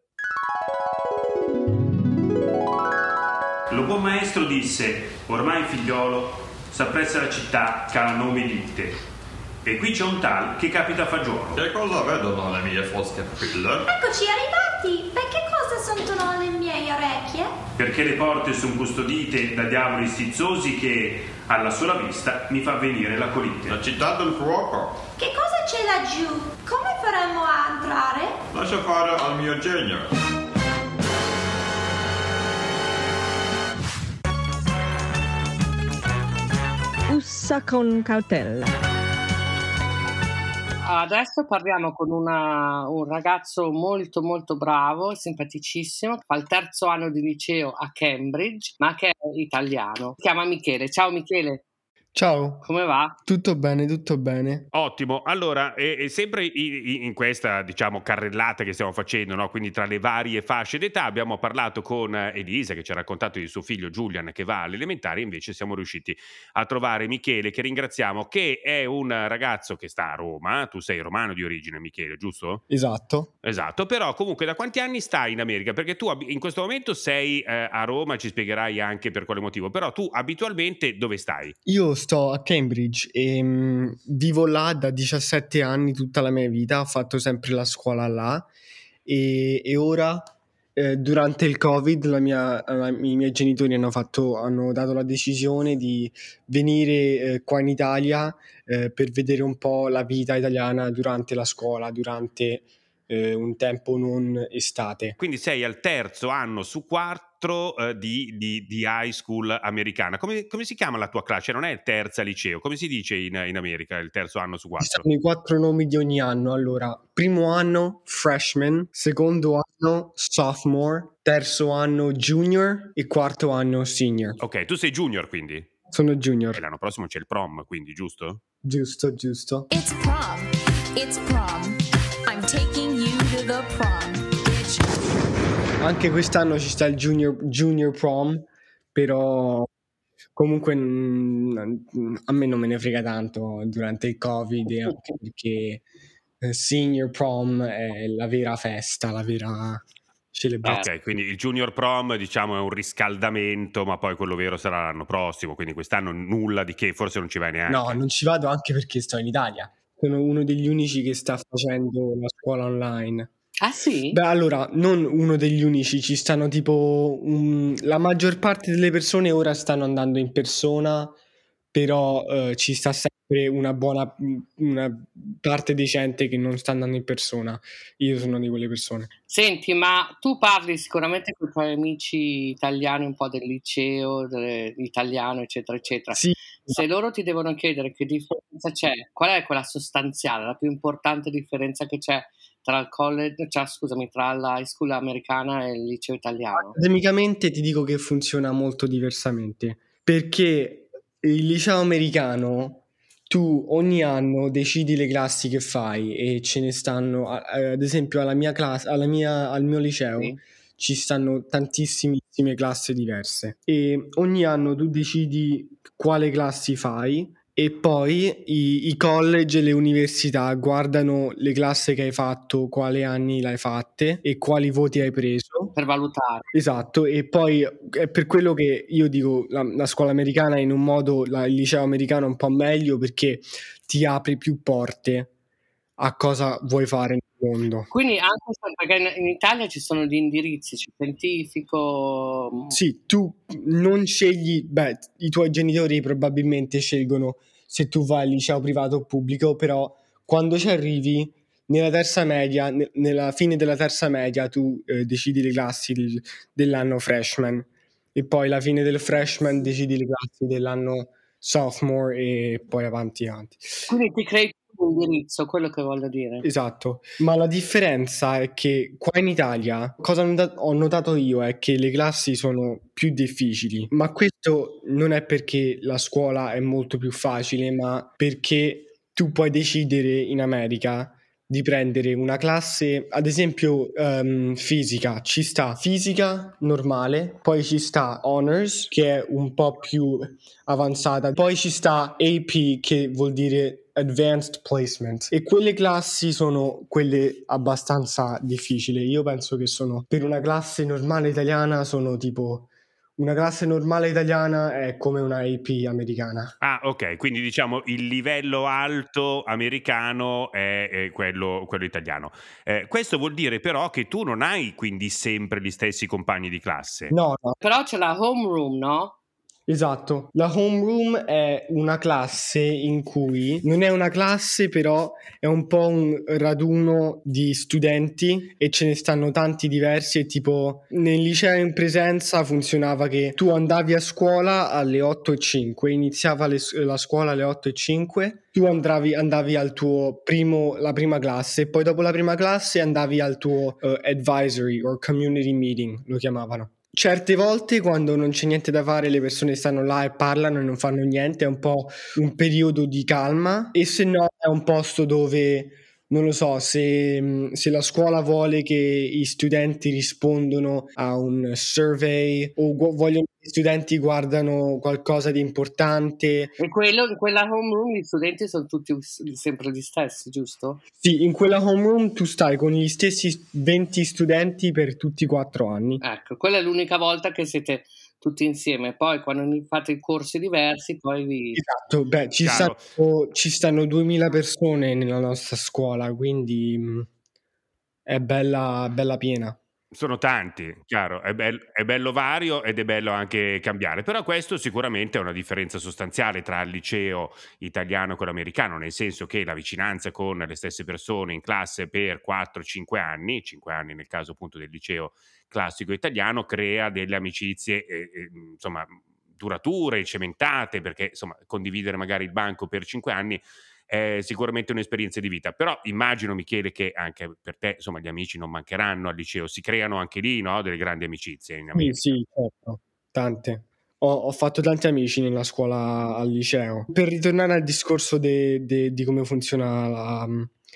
Speaker 2: Lo buon maestro disse: ormai figliolo, s'apprezza la città che ha nome di te. E qui c'è un tal che capita a fagiolo.
Speaker 15: Che cosa vedono le mie fosche pupille?
Speaker 10: Eccoci arrivati! Perché cosa sentono le mie orecchie?
Speaker 2: Perché le porte sono custodite da diavoli stizzosi che, alla sola vista, mi fa venire la colite.
Speaker 15: La città del fuoco.
Speaker 10: Che cosa c'è laggiù? Come faremo a entrare?
Speaker 15: Lascia fare al mio genio.
Speaker 14: Ussa con cautela.
Speaker 9: Adesso parliamo con una, un ragazzo molto molto bravo, simpaticissimo, fa il terzo anno di liceo a Cambridge, ma che è italiano. Si chiama Michele. Ciao Michele.
Speaker 16: Ciao.
Speaker 9: Come va?
Speaker 16: Tutto bene, tutto bene.
Speaker 2: Ottimo. Allora, e, e sempre in, in questa, diciamo, carrellata che stiamo facendo, no? Quindi tra le varie fasce d'età, abbiamo parlato con Elisa che ci ha raccontato di suo figlio Julian che va alle elementari, invece siamo riusciti a trovare Michele, che ringraziamo, che è un ragazzo che sta a Roma. Tu sei romano di origine, Michele, giusto?
Speaker 16: Esatto.
Speaker 2: Esatto, però comunque da quanti anni stai in America? Perché tu in questo momento sei eh, a Roma, ci spiegherai anche per quale motivo, però tu abitualmente dove stai?
Speaker 16: Io sto a Cambridge e mh, vivo là da diciassette anni, tutta la mia vita, ho fatto sempre la scuola là e, e ora eh, durante il Covid la mia, la, i miei genitori hanno, fatto, hanno dato la decisione di venire eh, qua in Italia eh, per vedere un po' la vita italiana durante la scuola, durante eh, un tempo non estate.
Speaker 2: Quindi sei al terzo anno su quattro eh, di, di, di high school americana. Come, come si chiama la tua classe? Non è il terza liceo, come si dice in, in America il terzo anno su quattro?
Speaker 16: Ci sono i quattro nomi di ogni anno. Allora, primo anno freshman, secondo anno sophomore, terzo anno junior e quarto anno senior.
Speaker 2: Ok, tu sei junior quindi?
Speaker 16: Sono junior.
Speaker 2: E l'anno prossimo c'è il prom, quindi giusto?
Speaker 16: Giusto, giusto.
Speaker 17: It's prom, it's prom, I'm taking you to the prom, bitch.
Speaker 16: Anche quest'anno ci sta il junior, junior prom, però comunque mh, a me non me ne frega tanto durante il Covid, anche perché senior prom è la vera festa, la vera celebrazione.
Speaker 2: Ok, quindi il junior prom diciamo è un riscaldamento, ma poi quello vero sarà l'anno prossimo, quindi quest'anno nulla di che, forse non ci vai neanche.
Speaker 16: No, non ci vado anche perché sto in Italia. Sono uno degli unici che sta facendo la scuola online.
Speaker 9: Ah sì?
Speaker 16: Beh, allora, non uno degli unici, ci stanno tipo um, la maggior parte delle persone ora stanno andando in persona, però uh, ci sta sempre una buona una parte decente che non sta andando in persona. Io sono di quelle persone.
Speaker 9: Senti, ma tu parli sicuramente con i tuoi amici italiani un po' del liceo, dell'italiano, eccetera, eccetera.
Speaker 16: Sì.
Speaker 9: Se loro ti devono chiedere che differenza c'è, qual è quella sostanziale, la più importante differenza che c'è tra il college, cioè scusami, tra la high school americana e il liceo italiano?
Speaker 16: Accademicamente ti dico che funziona molto diversamente, perché il liceo americano tu ogni anno decidi le classi che fai e ce ne stanno, ad esempio alla mia classe, alla mia, al mio liceo sì. Ci stanno tantissime classi diverse e ogni anno tu decidi quale classi fai e poi i, i college e le università guardano le classi che hai fatto, quali anni l'hai fatte e quali voti hai preso.
Speaker 9: Per valutare.
Speaker 16: Esatto, e poi è per quello che io dico la, la scuola americana in un modo, la, il liceo americano è un po' meglio perché ti apre più porte a cosa vuoi fare nel mondo.
Speaker 9: Quindi anche se, perché in, in Italia ci sono gli indirizzi, c'è scientifico.
Speaker 16: Sì, tu non scegli, beh, i tuoi genitori probabilmente scelgono se tu vai al liceo privato o pubblico, però quando ci arrivi nella terza media, ne- nella fine della terza media, tu eh, decidi le classi del- dell'anno freshman e poi alla fine del freshman decidi le classi dell'anno sophomore e poi avanti avanti.
Speaker 9: Quindi ti crei un indirizzo, quello che voglio dire.
Speaker 16: Esatto, ma la differenza è che qua in Italia, cosa ho nota- ho notato io è che le classi sono più difficili, ma questo non è perché la scuola è molto più facile, ma perché tu puoi decidere in America di prendere una classe, ad esempio ehm, fisica, ci sta fisica normale, poi ci sta honors che è un po' più avanzata, poi ci sta A P che vuol dire advanced placement, e quelle classi sono quelle abbastanza difficili. Io penso che sono, per una classe normale italiana, sono tipo una classe normale italiana è come una A P americana.
Speaker 2: Ah, ok, quindi diciamo il livello alto americano è, è quello, quello italiano. Eh, questo vuol dire però che tu non hai quindi sempre gli stessi compagni di classe.
Speaker 16: No, no.
Speaker 9: Però c'è la homeroom, no?
Speaker 16: Esatto, la homeroom è una classe in cui non è una classe, però è un po' un raduno di studenti e ce ne stanno tanti diversi, e tipo nel liceo in presenza funzionava che tu andavi a scuola alle otto e cinque, iniziava le- la scuola alle otto e cinque, tu andavi, andavi al tuo primo, la prima classe, e poi dopo la prima classe andavi al tuo uh, advisory or community meeting, lo chiamavano. Certe volte, quando non c'è niente da fare, le persone stanno là e parlano e non fanno niente, è un po' un periodo di calma, e se no è un posto dove, non lo so, se, se la scuola vuole che i studenti rispondono a un survey o gu- vogliono che gli studenti guardano qualcosa di importante.
Speaker 9: E quello, in quella homeroom gli studenti sono tutti us- sempre gli stessi, giusto?
Speaker 16: Sì, in quella homeroom tu stai con gli stessi venti studenti per tutti i quattro anni.
Speaker 9: Ecco, quella è l'unica volta che siete tutti insieme. Poi quando fate i corsi diversi, poi vi...
Speaker 16: Esatto, beh, ci
Speaker 2: Chiaro.
Speaker 16: stanno, ci stanno duemila persone nella nostra scuola, quindi mh, è bella, bella piena.
Speaker 2: Sono tanti, chiaro, è, bel- è bello vario ed è bello anche cambiare, però questo sicuramente è una differenza sostanziale tra il liceo italiano e quello americano, nel senso che la vicinanza con le stesse persone in classe per quattro cinque anni, cinque anni nel caso appunto del liceo classico italiano, crea delle amicizie eh, eh, insomma durature, cementate, perché insomma condividere magari il banco per cinque anni è sicuramente un'esperienza di vita. Però immagino, Michele, che anche per te insomma gli amici non mancheranno al liceo, si creano anche lì, no? Delle grandi amicizie in
Speaker 16: Sì,
Speaker 2: America.
Speaker 16: sì, certo, tante. Ho, ho fatto tanti amici nella scuola al liceo. Per ritornare al discorso de- de- di come funziona la,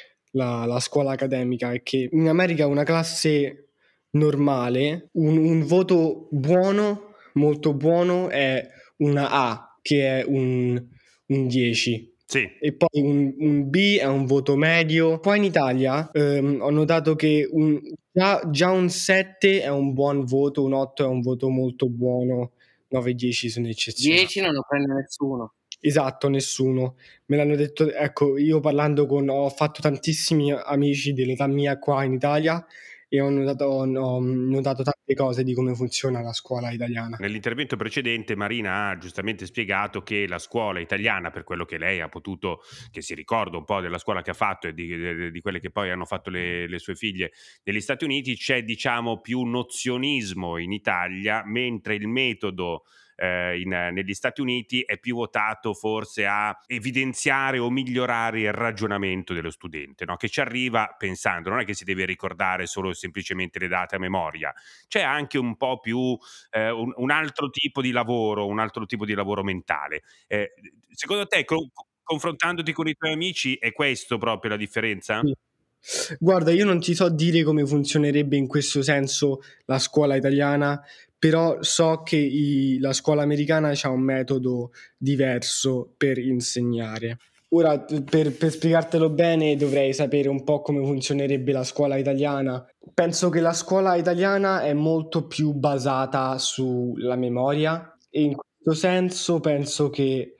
Speaker 16: la- la scuola accademica, è che in America una classe normale, un, un voto buono, molto buono, è una A, che è un, un dieci.
Speaker 2: Sì.
Speaker 16: E poi un, un B è un voto medio. Poi in Italia ehm, ho notato che un, già, già un sette è un buon voto, un otto è un voto molto buono, nove e dieci sono eccezionali.
Speaker 9: dieci non lo prende nessuno.
Speaker 16: Esatto, nessuno. Me l'hanno detto, ecco, io parlando con, ho fatto tantissimi amici dell'età mia qua in Italia e ho notato, ho, ho notato tante cose di come funziona la scuola italiana.
Speaker 2: Nell'intervento precedente Marina ha giustamente spiegato che la scuola italiana, per quello che lei ha potuto, che si ricorda un po' della scuola che ha fatto e di, di, di quelle che poi hanno fatto le, le sue figlie negli Stati Uniti, c'è diciamo più nozionismo in Italia, mentre il metodo eh, in, negli Stati Uniti è più votato forse a evidenziare o migliorare il ragionamento dello studente, no? Che ci arriva pensando, non è che si deve ricordare solo semplicemente le date a memoria, c'è anche un po' più eh, un, un altro tipo di lavoro, un altro tipo di lavoro mentale. Eh, secondo te, co- confrontandoti con i tuoi amici, è questo proprio la differenza?
Speaker 16: Sì. Guarda, io non ti so dire come funzionerebbe in questo senso la scuola italiana, però so che i, la scuola americana ha un metodo diverso per insegnare. Ora, per, per spiegartelo bene, dovrei sapere un po' come funzionerebbe la scuola italiana. Penso che la scuola italiana è molto più basata sulla memoria e in questo senso penso che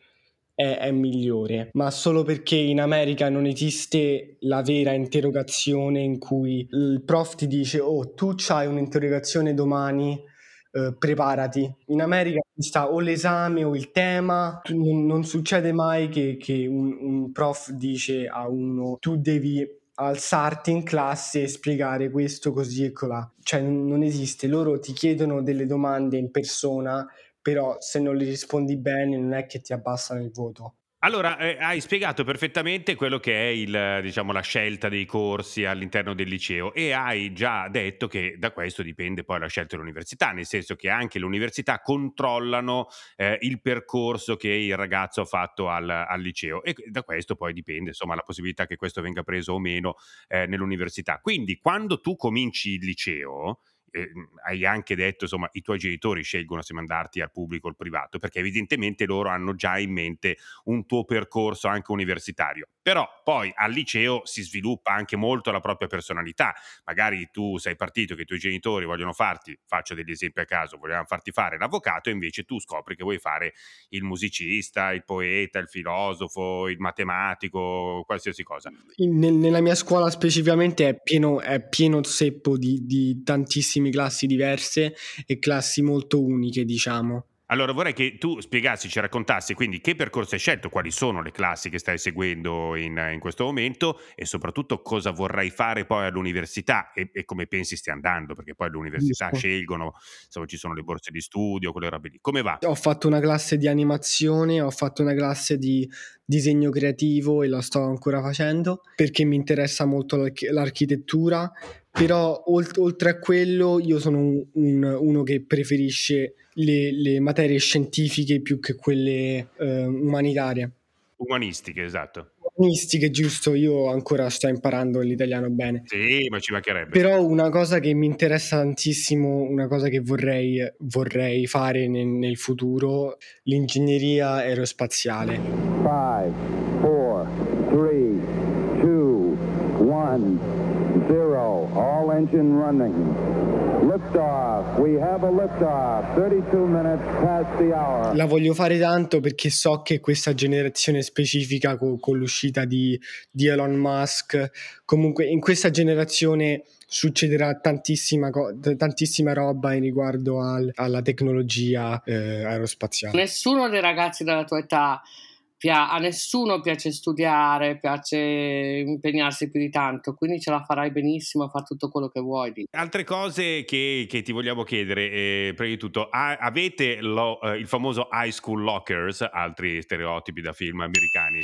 Speaker 16: è, è migliore, ma solo perché in America non esiste la vera interrogazione in cui il prof ti dice oh, tu c'hai un'interrogazione domani, eh, preparati. In America ci sta o l'esame o il tema, tu- non, non succede mai che, che un, un prof dice a uno tu devi alzarti in classe e spiegare questo così e colà, cioè non non esiste, loro ti chiedono delle domande in persona, però se non le rispondi bene non è che ti abbassano il voto.
Speaker 2: Allora, eh, hai spiegato perfettamente quello che è il, diciamo, la scelta dei corsi all'interno del liceo e hai già detto che da questo dipende poi la scelta dell'università, nel senso che anche le università controllano eh, il percorso che il ragazzo ha fatto al, al liceo e da questo poi dipende, insomma, la possibilità che questo venga preso o meno eh, nell'università. Quindi, quando tu cominci il liceo, eh, hai anche detto, insomma, i tuoi genitori scelgono se mandarti al pubblico o al privato, perché evidentemente loro hanno già in mente un tuo percorso anche universitario. Però poi al liceo si sviluppa anche molto la propria personalità. Magari tu sei partito che i tuoi genitori vogliono farti, faccio degli esempi a caso, volevano farti fare l'avvocato e invece tu scopri che vuoi fare il musicista, il poeta, il filosofo, il matematico, qualsiasi cosa.
Speaker 16: In- nel- nella mia scuola specificamente è pieno, è pieno zeppo di, di tantissime classi diverse e classi molto uniche, diciamo.
Speaker 2: Allora vorrei che tu spiegassi, ci raccontassi quindi che percorso hai scelto, quali sono le classi che stai seguendo in, in questo momento e soprattutto cosa vorrai fare poi all'università e, e come pensi stia andando, perché poi all'università
Speaker 16: Giusto.
Speaker 2: scelgono, insomma ci sono le borse di studio, quelle robe lì. Come va?
Speaker 16: Ho fatto una classe di animazione, ho fatto una classe di disegno creativo e la sto ancora facendo perché mi interessa molto l'arch- l'architettura, però olt- oltre a quello io sono un- un- uno che preferisce le, le materie scientifiche più che quelle eh, umanitarie.
Speaker 2: Umanistiche, esatto.
Speaker 16: Umanistiche, giusto, io ancora sto imparando l'italiano bene.
Speaker 2: Sì, ma ci mancherebbe.
Speaker 16: Però una cosa che mi interessa tantissimo, una cosa che vorrei, vorrei fare nel, nel futuro, l'ingegneria aerospaziale.
Speaker 18: Five, four, three, two, one, zero. All engine running. Liftoff. We have a liftoff. thirty-two minutes past the hour.
Speaker 16: La voglio fare tanto perché so che questa generazione specifica co- con l'uscita di, di Elon Musk, comunque in questa generazione succederà tantissima, co- t- tantissima roba in riguardo al- alla tecnologia eh, aerospaziale.
Speaker 9: Nessuno dei ragazzi della tua età, pia- a nessuno piace studiare, piace impegnarsi più di tanto, quindi ce la farai benissimo a fare tutto quello che vuoi. Di.
Speaker 2: Altre cose che, che ti vogliamo chiedere, eh, prima di tutto, a- avete lo- eh, il famoso high school lockers, altri stereotipi da film americani?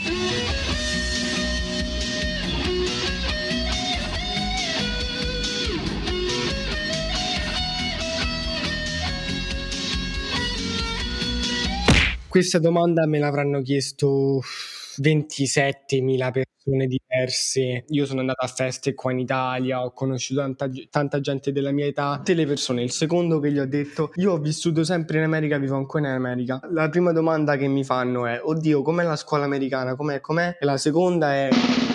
Speaker 16: Questa domanda me l'avranno chiesto ventisettemila persone diverse. Io sono andato a feste qua in Italia, ho conosciuto tanta, tanta gente della mia età, tutte le persone. Il secondo che gli ho detto, io ho vissuto sempre in America, vivo ancora in America. La prima domanda che mi fanno è, oddio, com'è la scuola americana? Com'è, com'è? E la seconda è...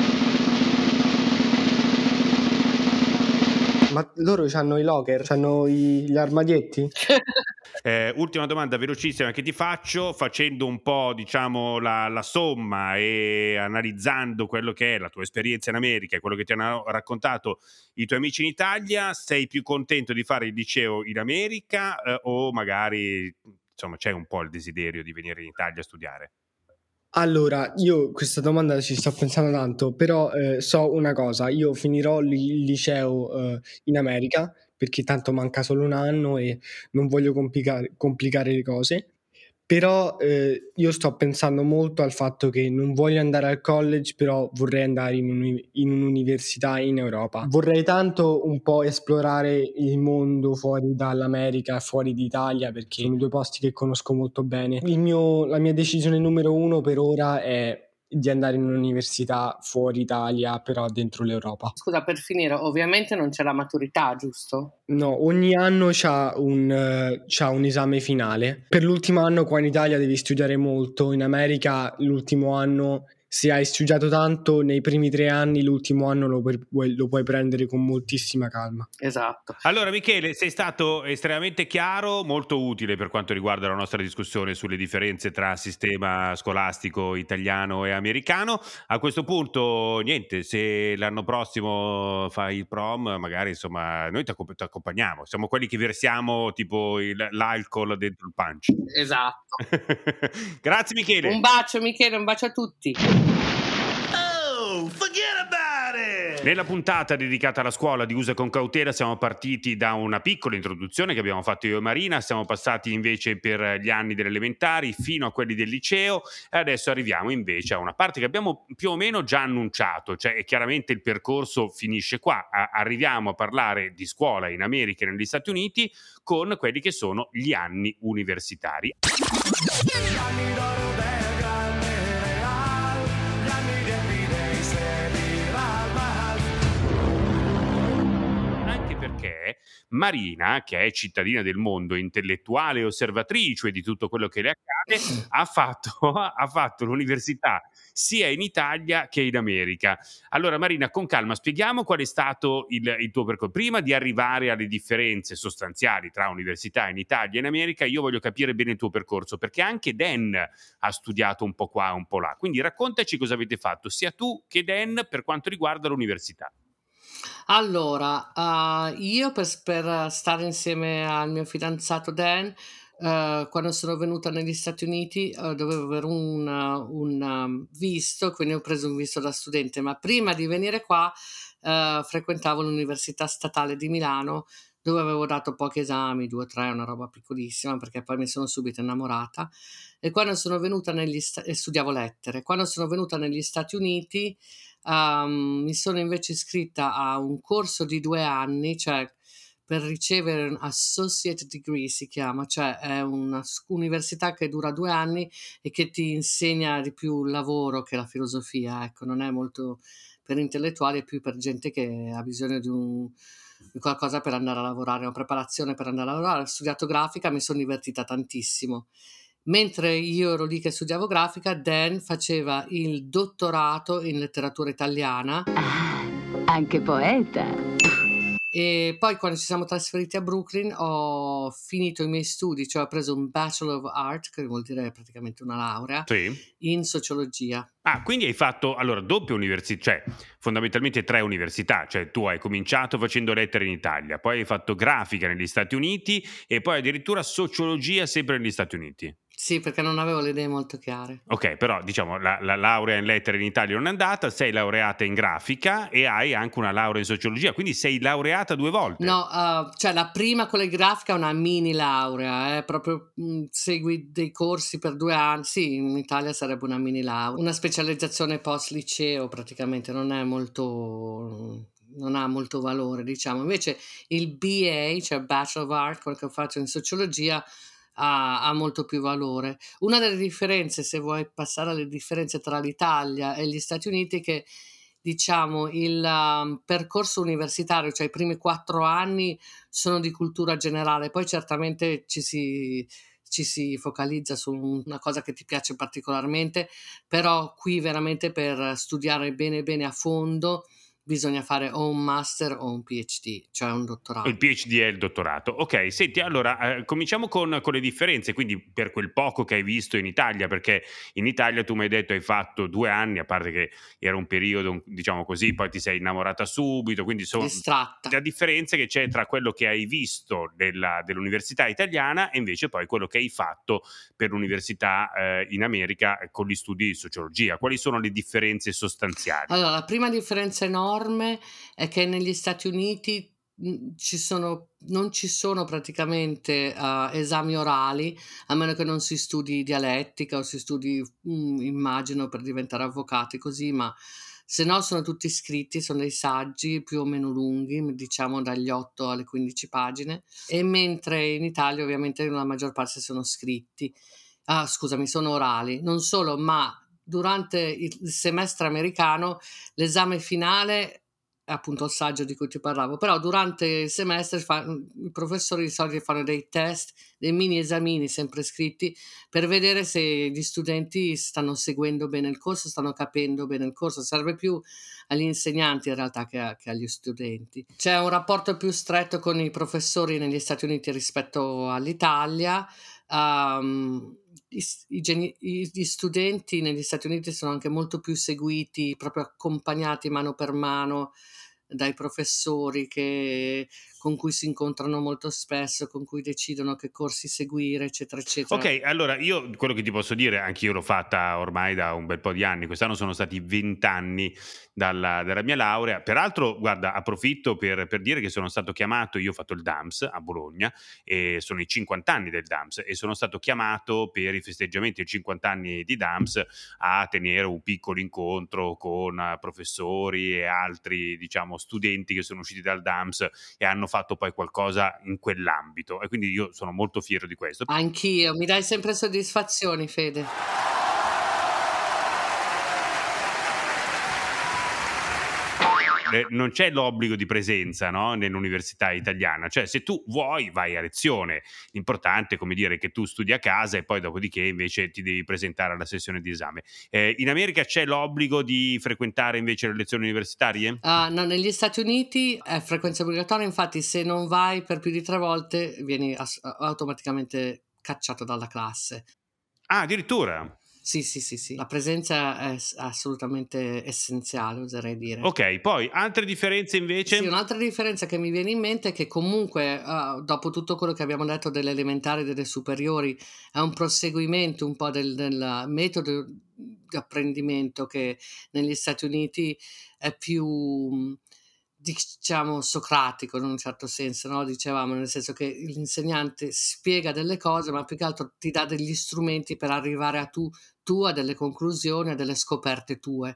Speaker 16: Ma loro c'hanno i locker, c'hanno i- gli armadietti?
Speaker 2: Eh, ultima domanda velocissima che ti faccio, facendo un po', diciamo, la, la somma e analizzando quello che è la tua esperienza in America e quello che ti hanno raccontato i tuoi amici in Italia, sei più contento di fare il liceo in America eh, o magari, insomma, c'è un po' il desiderio di venire in Italia a studiare?
Speaker 16: Allora, io questa domanda ci sto pensando tanto, però eh, so una cosa, io finirò li- il liceo eh, in America perché tanto manca solo un anno e non voglio complicare, complicare le cose, però eh, io sto pensando molto al fatto che non voglio andare al college, però vorrei andare in, un'uni- in un'università in Europa. Vorrei tanto un po' esplorare il mondo fuori dall'America, fuori d'Italia, perché sono due posti che conosco molto bene. Il mio, la mia decisione numero uno per ora è di andare in un'università fuori Italia, però dentro l'Europa.
Speaker 9: Scusa, per finire, ovviamente non c'è la maturità, giusto?
Speaker 16: No, ogni anno c'ha un, eh, c'ha un esame finale. Per l'ultimo anno qua in Italia devi studiare molto, in America l'ultimo anno se hai studiato tanto nei primi tre anni, l'ultimo anno lo puoi, lo puoi prendere con moltissima calma.
Speaker 9: Esatto.
Speaker 2: Allora Michele, sei stato estremamente chiaro, molto utile per quanto riguarda la nostra discussione sulle differenze tra sistema scolastico italiano e americano. A questo punto niente, se l'anno prossimo fai il prom, magari insomma noi ti accomp- ti accompagniamo, siamo quelli che versiamo tipo il, l'alcol dentro il punch.
Speaker 9: Esatto.
Speaker 2: Grazie Michele.
Speaker 9: Un bacio Michele, un bacio a tutti.
Speaker 11: Oh, forget about it!
Speaker 2: Nella puntata dedicata alla scuola di Usa con cautela siamo partiti da una piccola introduzione che abbiamo fatto io e Marina, siamo passati invece per gli anni delle elementari fino a quelli del liceo e adesso arriviamo invece a una parte che abbiamo più o meno già annunciato, cioè chiaramente il percorso finisce qua, a- arriviamo a parlare di scuola in America e negli Stati Uniti con quelli che sono gli anni universitari. Perché Marina, che è cittadina del mondo, intellettuale e osservatrice di tutto quello che le accade, ha fatto, ha fatto l'università sia in Italia che in America. Allora Marina, con calma, spieghiamo qual è stato il, il tuo percorso. Prima di arrivare alle differenze sostanziali tra università in Italia e in America, io voglio capire bene il tuo percorso, perché anche Dan ha studiato un po' qua, un po' là. Quindi raccontaci cosa avete fatto, sia tu che Dan, per quanto riguarda l'università.
Speaker 9: Allora, uh, io per, per stare insieme al mio fidanzato Dan, uh, quando sono venuta negli Stati Uniti, uh, dovevo avere un, uh, un um, visto, quindi ho preso un visto da studente, ma prima di venire qua uh, frequentavo l'Università Statale di Milano, dove avevo dato pochi esami, due o tre, una roba piccolissima, perché poi mi sono subito innamorata. E quando sono venuta negli Stati Uniti, studiavo lettere, quando sono venuta negli Stati Uniti, Um, mi sono invece iscritta a un corso di due anni, cioè per ricevere un associate degree si chiama, cioè è un'università che dura due anni e che ti insegna di più il lavoro che la filosofia, ecco, non è molto per intellettuali, è più per gente che ha bisogno di un di qualcosa per andare a lavorare, una preparazione per andare a lavorare. Ho studiato grafica, mi sono divertita tantissimo. Mentre io ero lì che studiavo grafica, Dan faceva il dottorato in letteratura italiana.
Speaker 19: Ah, anche poeta.
Speaker 9: E poi quando ci siamo trasferiti a Brooklyn ho finito i miei studi, cioè ho preso un Bachelor of Art, che vuol dire praticamente una laurea,
Speaker 2: sì,
Speaker 9: in sociologia.
Speaker 2: Ah, quindi hai fatto, allora, doppia università, cioè fondamentalmente tre università, cioè tu hai cominciato facendo lettere in Italia, poi hai fatto grafica negli Stati Uniti e poi addirittura sociologia sempre negli Stati Uniti.
Speaker 9: Sì, perché non avevo le idee molto chiare.
Speaker 2: Ok, però diciamo la, la laurea in lettere in Italia non è andata, sei laureata in grafica e hai anche una laurea in sociologia, quindi sei laureata due volte.
Speaker 9: No, uh, cioè la prima, quella in grafica, è una mini laurea, eh, proprio mh, segui dei corsi per due anni, sì, in Italia sarebbe una mini laurea, una specializzazione post liceo praticamente, non è molto... non ha molto valore, diciamo. Invece il B A, cioè Bachelor of Art, quello che ho fatto in sociologia, ha, ha molto più valore. Una delle differenze, se vuoi passare alle differenze tra l'Italia e gli Stati Uniti, è che diciamo il um, percorso universitario, cioè i primi quattro anni sono di cultura generale, poi certamente ci si ci si focalizza su una cosa che ti piace particolarmente, però qui veramente per studiare bene bene a fondo bisogna fare o un master o un PhD, cioè un dottorato.
Speaker 2: Il PhD è il dottorato. Ok, senti, allora eh, cominciamo con, con le differenze, quindi per quel poco che hai visto in Italia, perché in Italia tu mi hai detto hai fatto due anni, a parte che era un periodo, diciamo così, poi ti sei innamorata subito, quindi sono la differenza che c'è tra quello che hai visto della, dell'università italiana e invece poi quello che hai fatto per l'università eh, in America con gli studi di sociologia. Quali sono le differenze sostanziali?
Speaker 9: Allora, la prima differenza enorme è che negli Stati Uniti mh, ci sono, non ci sono praticamente uh, esami orali, a meno che non si studi dialettica o si studi, mh, immagino, per diventare avvocati così, ma se no sono tutti scritti, sono dei saggi più o meno lunghi, diciamo dagli otto alle quindici pagine, e mentre in Italia ovviamente la maggior parte sono scritti, ah, scusami, sono orali, non solo, ma durante il semestre americano l'esame finale appunto il saggio di cui ti parlavo, però durante il semestre fa, i professori di solito fanno dei test, dei mini esamini sempre scritti per vedere se gli studenti stanno seguendo bene il corso, stanno capendo bene il corso. Serve più agli insegnanti in realtà che, a, che agli studenti. C'è un rapporto più stretto con i professori negli Stati Uniti rispetto all'Italia. Um, i, i geni- gli studenti negli Stati Uniti sono anche molto più seguiti, proprio accompagnati mano per mano dai professori che, con cui si incontrano molto spesso, con cui decidono che corsi seguire, eccetera, eccetera.
Speaker 2: Ok, allora io quello che ti posso dire, anch'io l'ho fatta ormai da un bel po' di anni, quest'anno sono stati vent'anni dalla, dalla mia laurea, peraltro guarda approfitto per, per dire che sono stato chiamato, io ho fatto il D A M S a Bologna e sono i cinquanta anni del D A M S e sono stato chiamato per i festeggiamenti dei cinquanta anni di D A M S a tenere un piccolo incontro con professori e altri diciamo studenti che sono usciti dal D A M S e hanno fatto poi qualcosa in quell'ambito e quindi io sono molto fiero di questo.
Speaker 9: Anch'io, mi dai sempre soddisfazioni, Fede.
Speaker 2: Non c'è l'obbligo di presenza, no? Nell'università italiana, cioè se tu vuoi vai a lezione, l'importante è come dire che tu studi a casa e poi dopodiché invece ti devi presentare alla sessione di esame. Eh, in America c'è l'obbligo di frequentare invece le lezioni universitarie?
Speaker 9: Uh, no, negli Stati Uniti è frequenza obbligatoria, infatti se non vai per più di tre volte vieni as- automaticamente cacciato dalla classe.
Speaker 2: Ah, addirittura?
Speaker 9: Sì, sì, sì, sì. La presenza è assolutamente essenziale, oserei dire.
Speaker 2: Ok, poi altre differenze invece?
Speaker 9: Sì, un'altra differenza che mi viene in mente è che comunque, uh, dopo tutto quello che abbiamo detto delle elementari e delle superiori, è un proseguimento un po' del, del metodo di apprendimento che negli Stati Uniti è più, diciamo, socratico in un certo senso, no? Dicevamo, nel senso che l'insegnante spiega delle cose, ma più che altro ti dà degli strumenti per arrivare a tu, tu a delle conclusioni, a delle scoperte tue.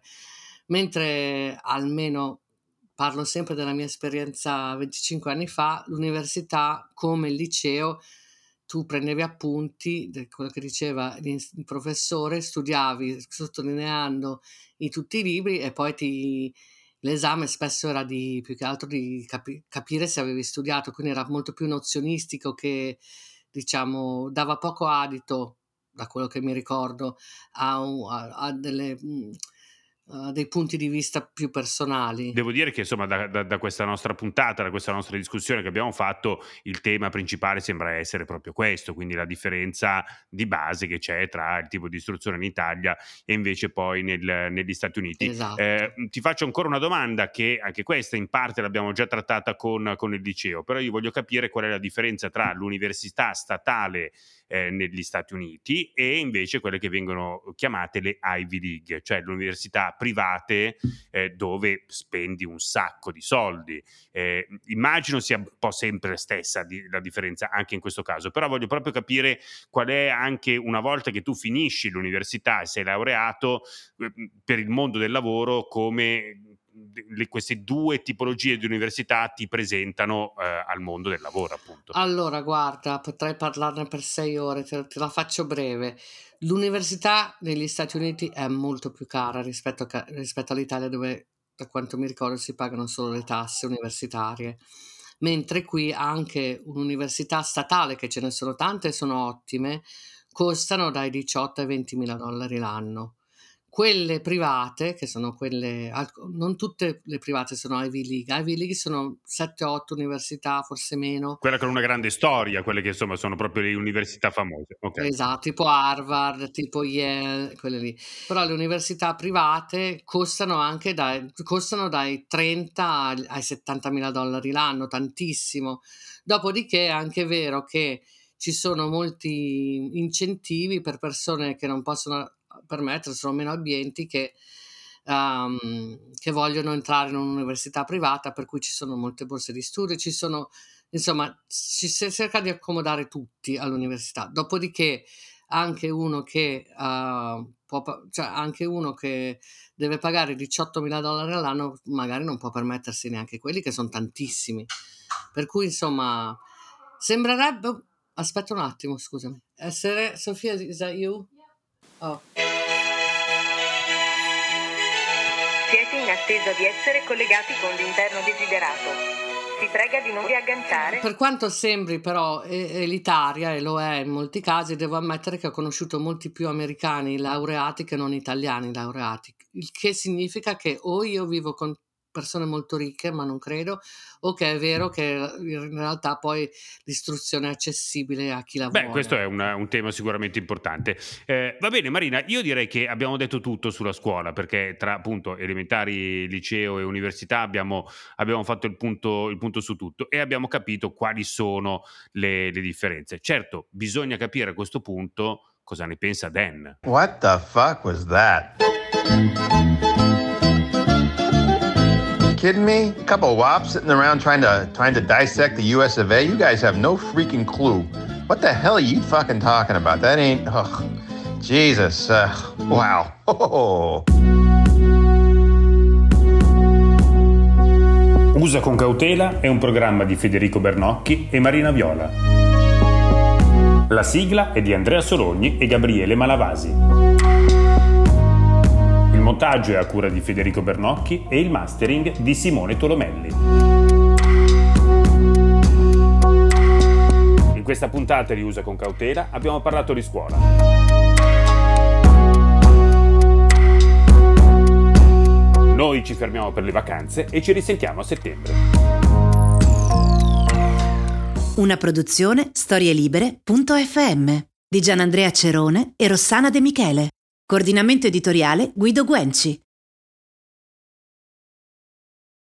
Speaker 9: Mentre, almeno parlo sempre della mia esperienza venticinque anni fa, l'università, come il liceo, tu prendevi appunti di quello che diceva il professore, studiavi sottolineando in tutti i libri e poi ti... l'esame spesso era di più che altro di capi- capire se avevi studiato, quindi era molto più nozionistico che, diciamo, dava poco adito, da quello che mi ricordo, a, a, a delle... Mh, Uh, dei punti di vista più personali.
Speaker 2: Devo dire che insomma da, da, da questa nostra puntata, da questa nostra discussione che abbiamo fatto, il tema principale sembra essere proprio questo, quindi la differenza di base che c'è tra il tipo di istruzione in Italia e invece poi nel, negli Stati Uniti.
Speaker 9: Esatto.
Speaker 2: Eh, ti faccio ancora una domanda che anche questa in parte l'abbiamo già trattata con, con il liceo, però io voglio capire qual è la differenza tra l'università statale eh, negli Stati Uniti e invece quelle che vengono chiamate le Ivy League, cioè l'università private eh, dove spendi un sacco di soldi. Eh, immagino sia un po' sempre la stessa di, la differenza anche in questo caso, però voglio proprio capire qual è anche una volta che tu finisci l'università e sei laureato eh, per il mondo del lavoro come le, queste due tipologie di università ti presentano eh, al mondo del lavoro, appunto.
Speaker 9: Allora, guarda, potrei parlarne per sei ore, te, te la faccio breve. L'università negli Stati Uniti è molto più cara rispetto, a, rispetto all'Italia, dove, da quanto mi ricordo, si pagano solo le tasse universitarie, mentre qui anche un'università statale, che ce ne sono tante e sono ottime, costano dai diciotto ai venti mila dollari l'anno. Quelle private, che sono quelle, non tutte le private sono Ivy League, Ivy League sono sette otto università, forse meno.
Speaker 2: Quella con una grande storia, quelle che insomma sono proprio le università famose. Okay.
Speaker 9: Esatto, tipo Harvard, tipo Yale, quelle lì. Però le università private costano anche dai, costano dai trenta ai settantamila dollari l'anno, tantissimo. Dopodiché è anche vero che ci sono molti incentivi per persone che non possono permettere, sono meno abbienti, che, um, che vogliono entrare in un'università privata, per cui ci sono molte borse di studio, ci sono, insomma, ci si cerca di accomodare tutti all'università. Dopodiché anche uno che uh, può, cioè anche uno che deve pagare diciottomila dollari all'anno magari non può permettersi neanche quelli, che sono tantissimi. Per cui insomma sembrerebbe, aspetta un attimo, scusami, essere Sofia, is that you? Oh.
Speaker 20: Siete in attesa di essere collegati con l'interno desiderato. Si prega di non vi agganciare.
Speaker 9: Per quanto sembri però elitaria, e lo è in molti casi, devo ammettere che ho conosciuto molti più americani laureati che non italiani laureati, il che significa che o io vivo con persone molto ricche, ma non credo, o che è vero che in realtà poi l'istruzione è accessibile a chi la
Speaker 2: Beh,
Speaker 9: vuole.
Speaker 2: questo è un, un tema sicuramente importante. Eh, va bene Marina, io direi che abbiamo detto tutto sulla scuola, perché tra appunto elementari, liceo e università abbiamo, abbiamo fatto il punto, il punto su tutto e abbiamo capito quali sono le, le differenze. Certo, bisogna capire a questo punto cosa ne pensa Dan.
Speaker 21: What the fuck was that? Kidding me? A couple of wops sitting around trying to trying to dissect the U S of A? You guys have no freaking clue. What the hell are you fucking talking about? That ain't... Ugh. Jesus. Uh, wow. Oh.
Speaker 2: Usa con cautela è un programma di Federico Bernocchi e Marina Viola. La sigla è di Andrea Sorogni e Gabriele Malavasi. Il montaggio è a cura di Federico Bernocchi e il mastering di Simone Tolomelli. In questa puntata di Usa con cautela abbiamo parlato di scuola. Noi ci fermiamo per le vacanze e ci risentiamo a settembre.
Speaker 22: Una produzione storielibere punto effe emme di Gianandrea Cerone e Rossana De Michele. Coordinamento editoriale Guido Guenci.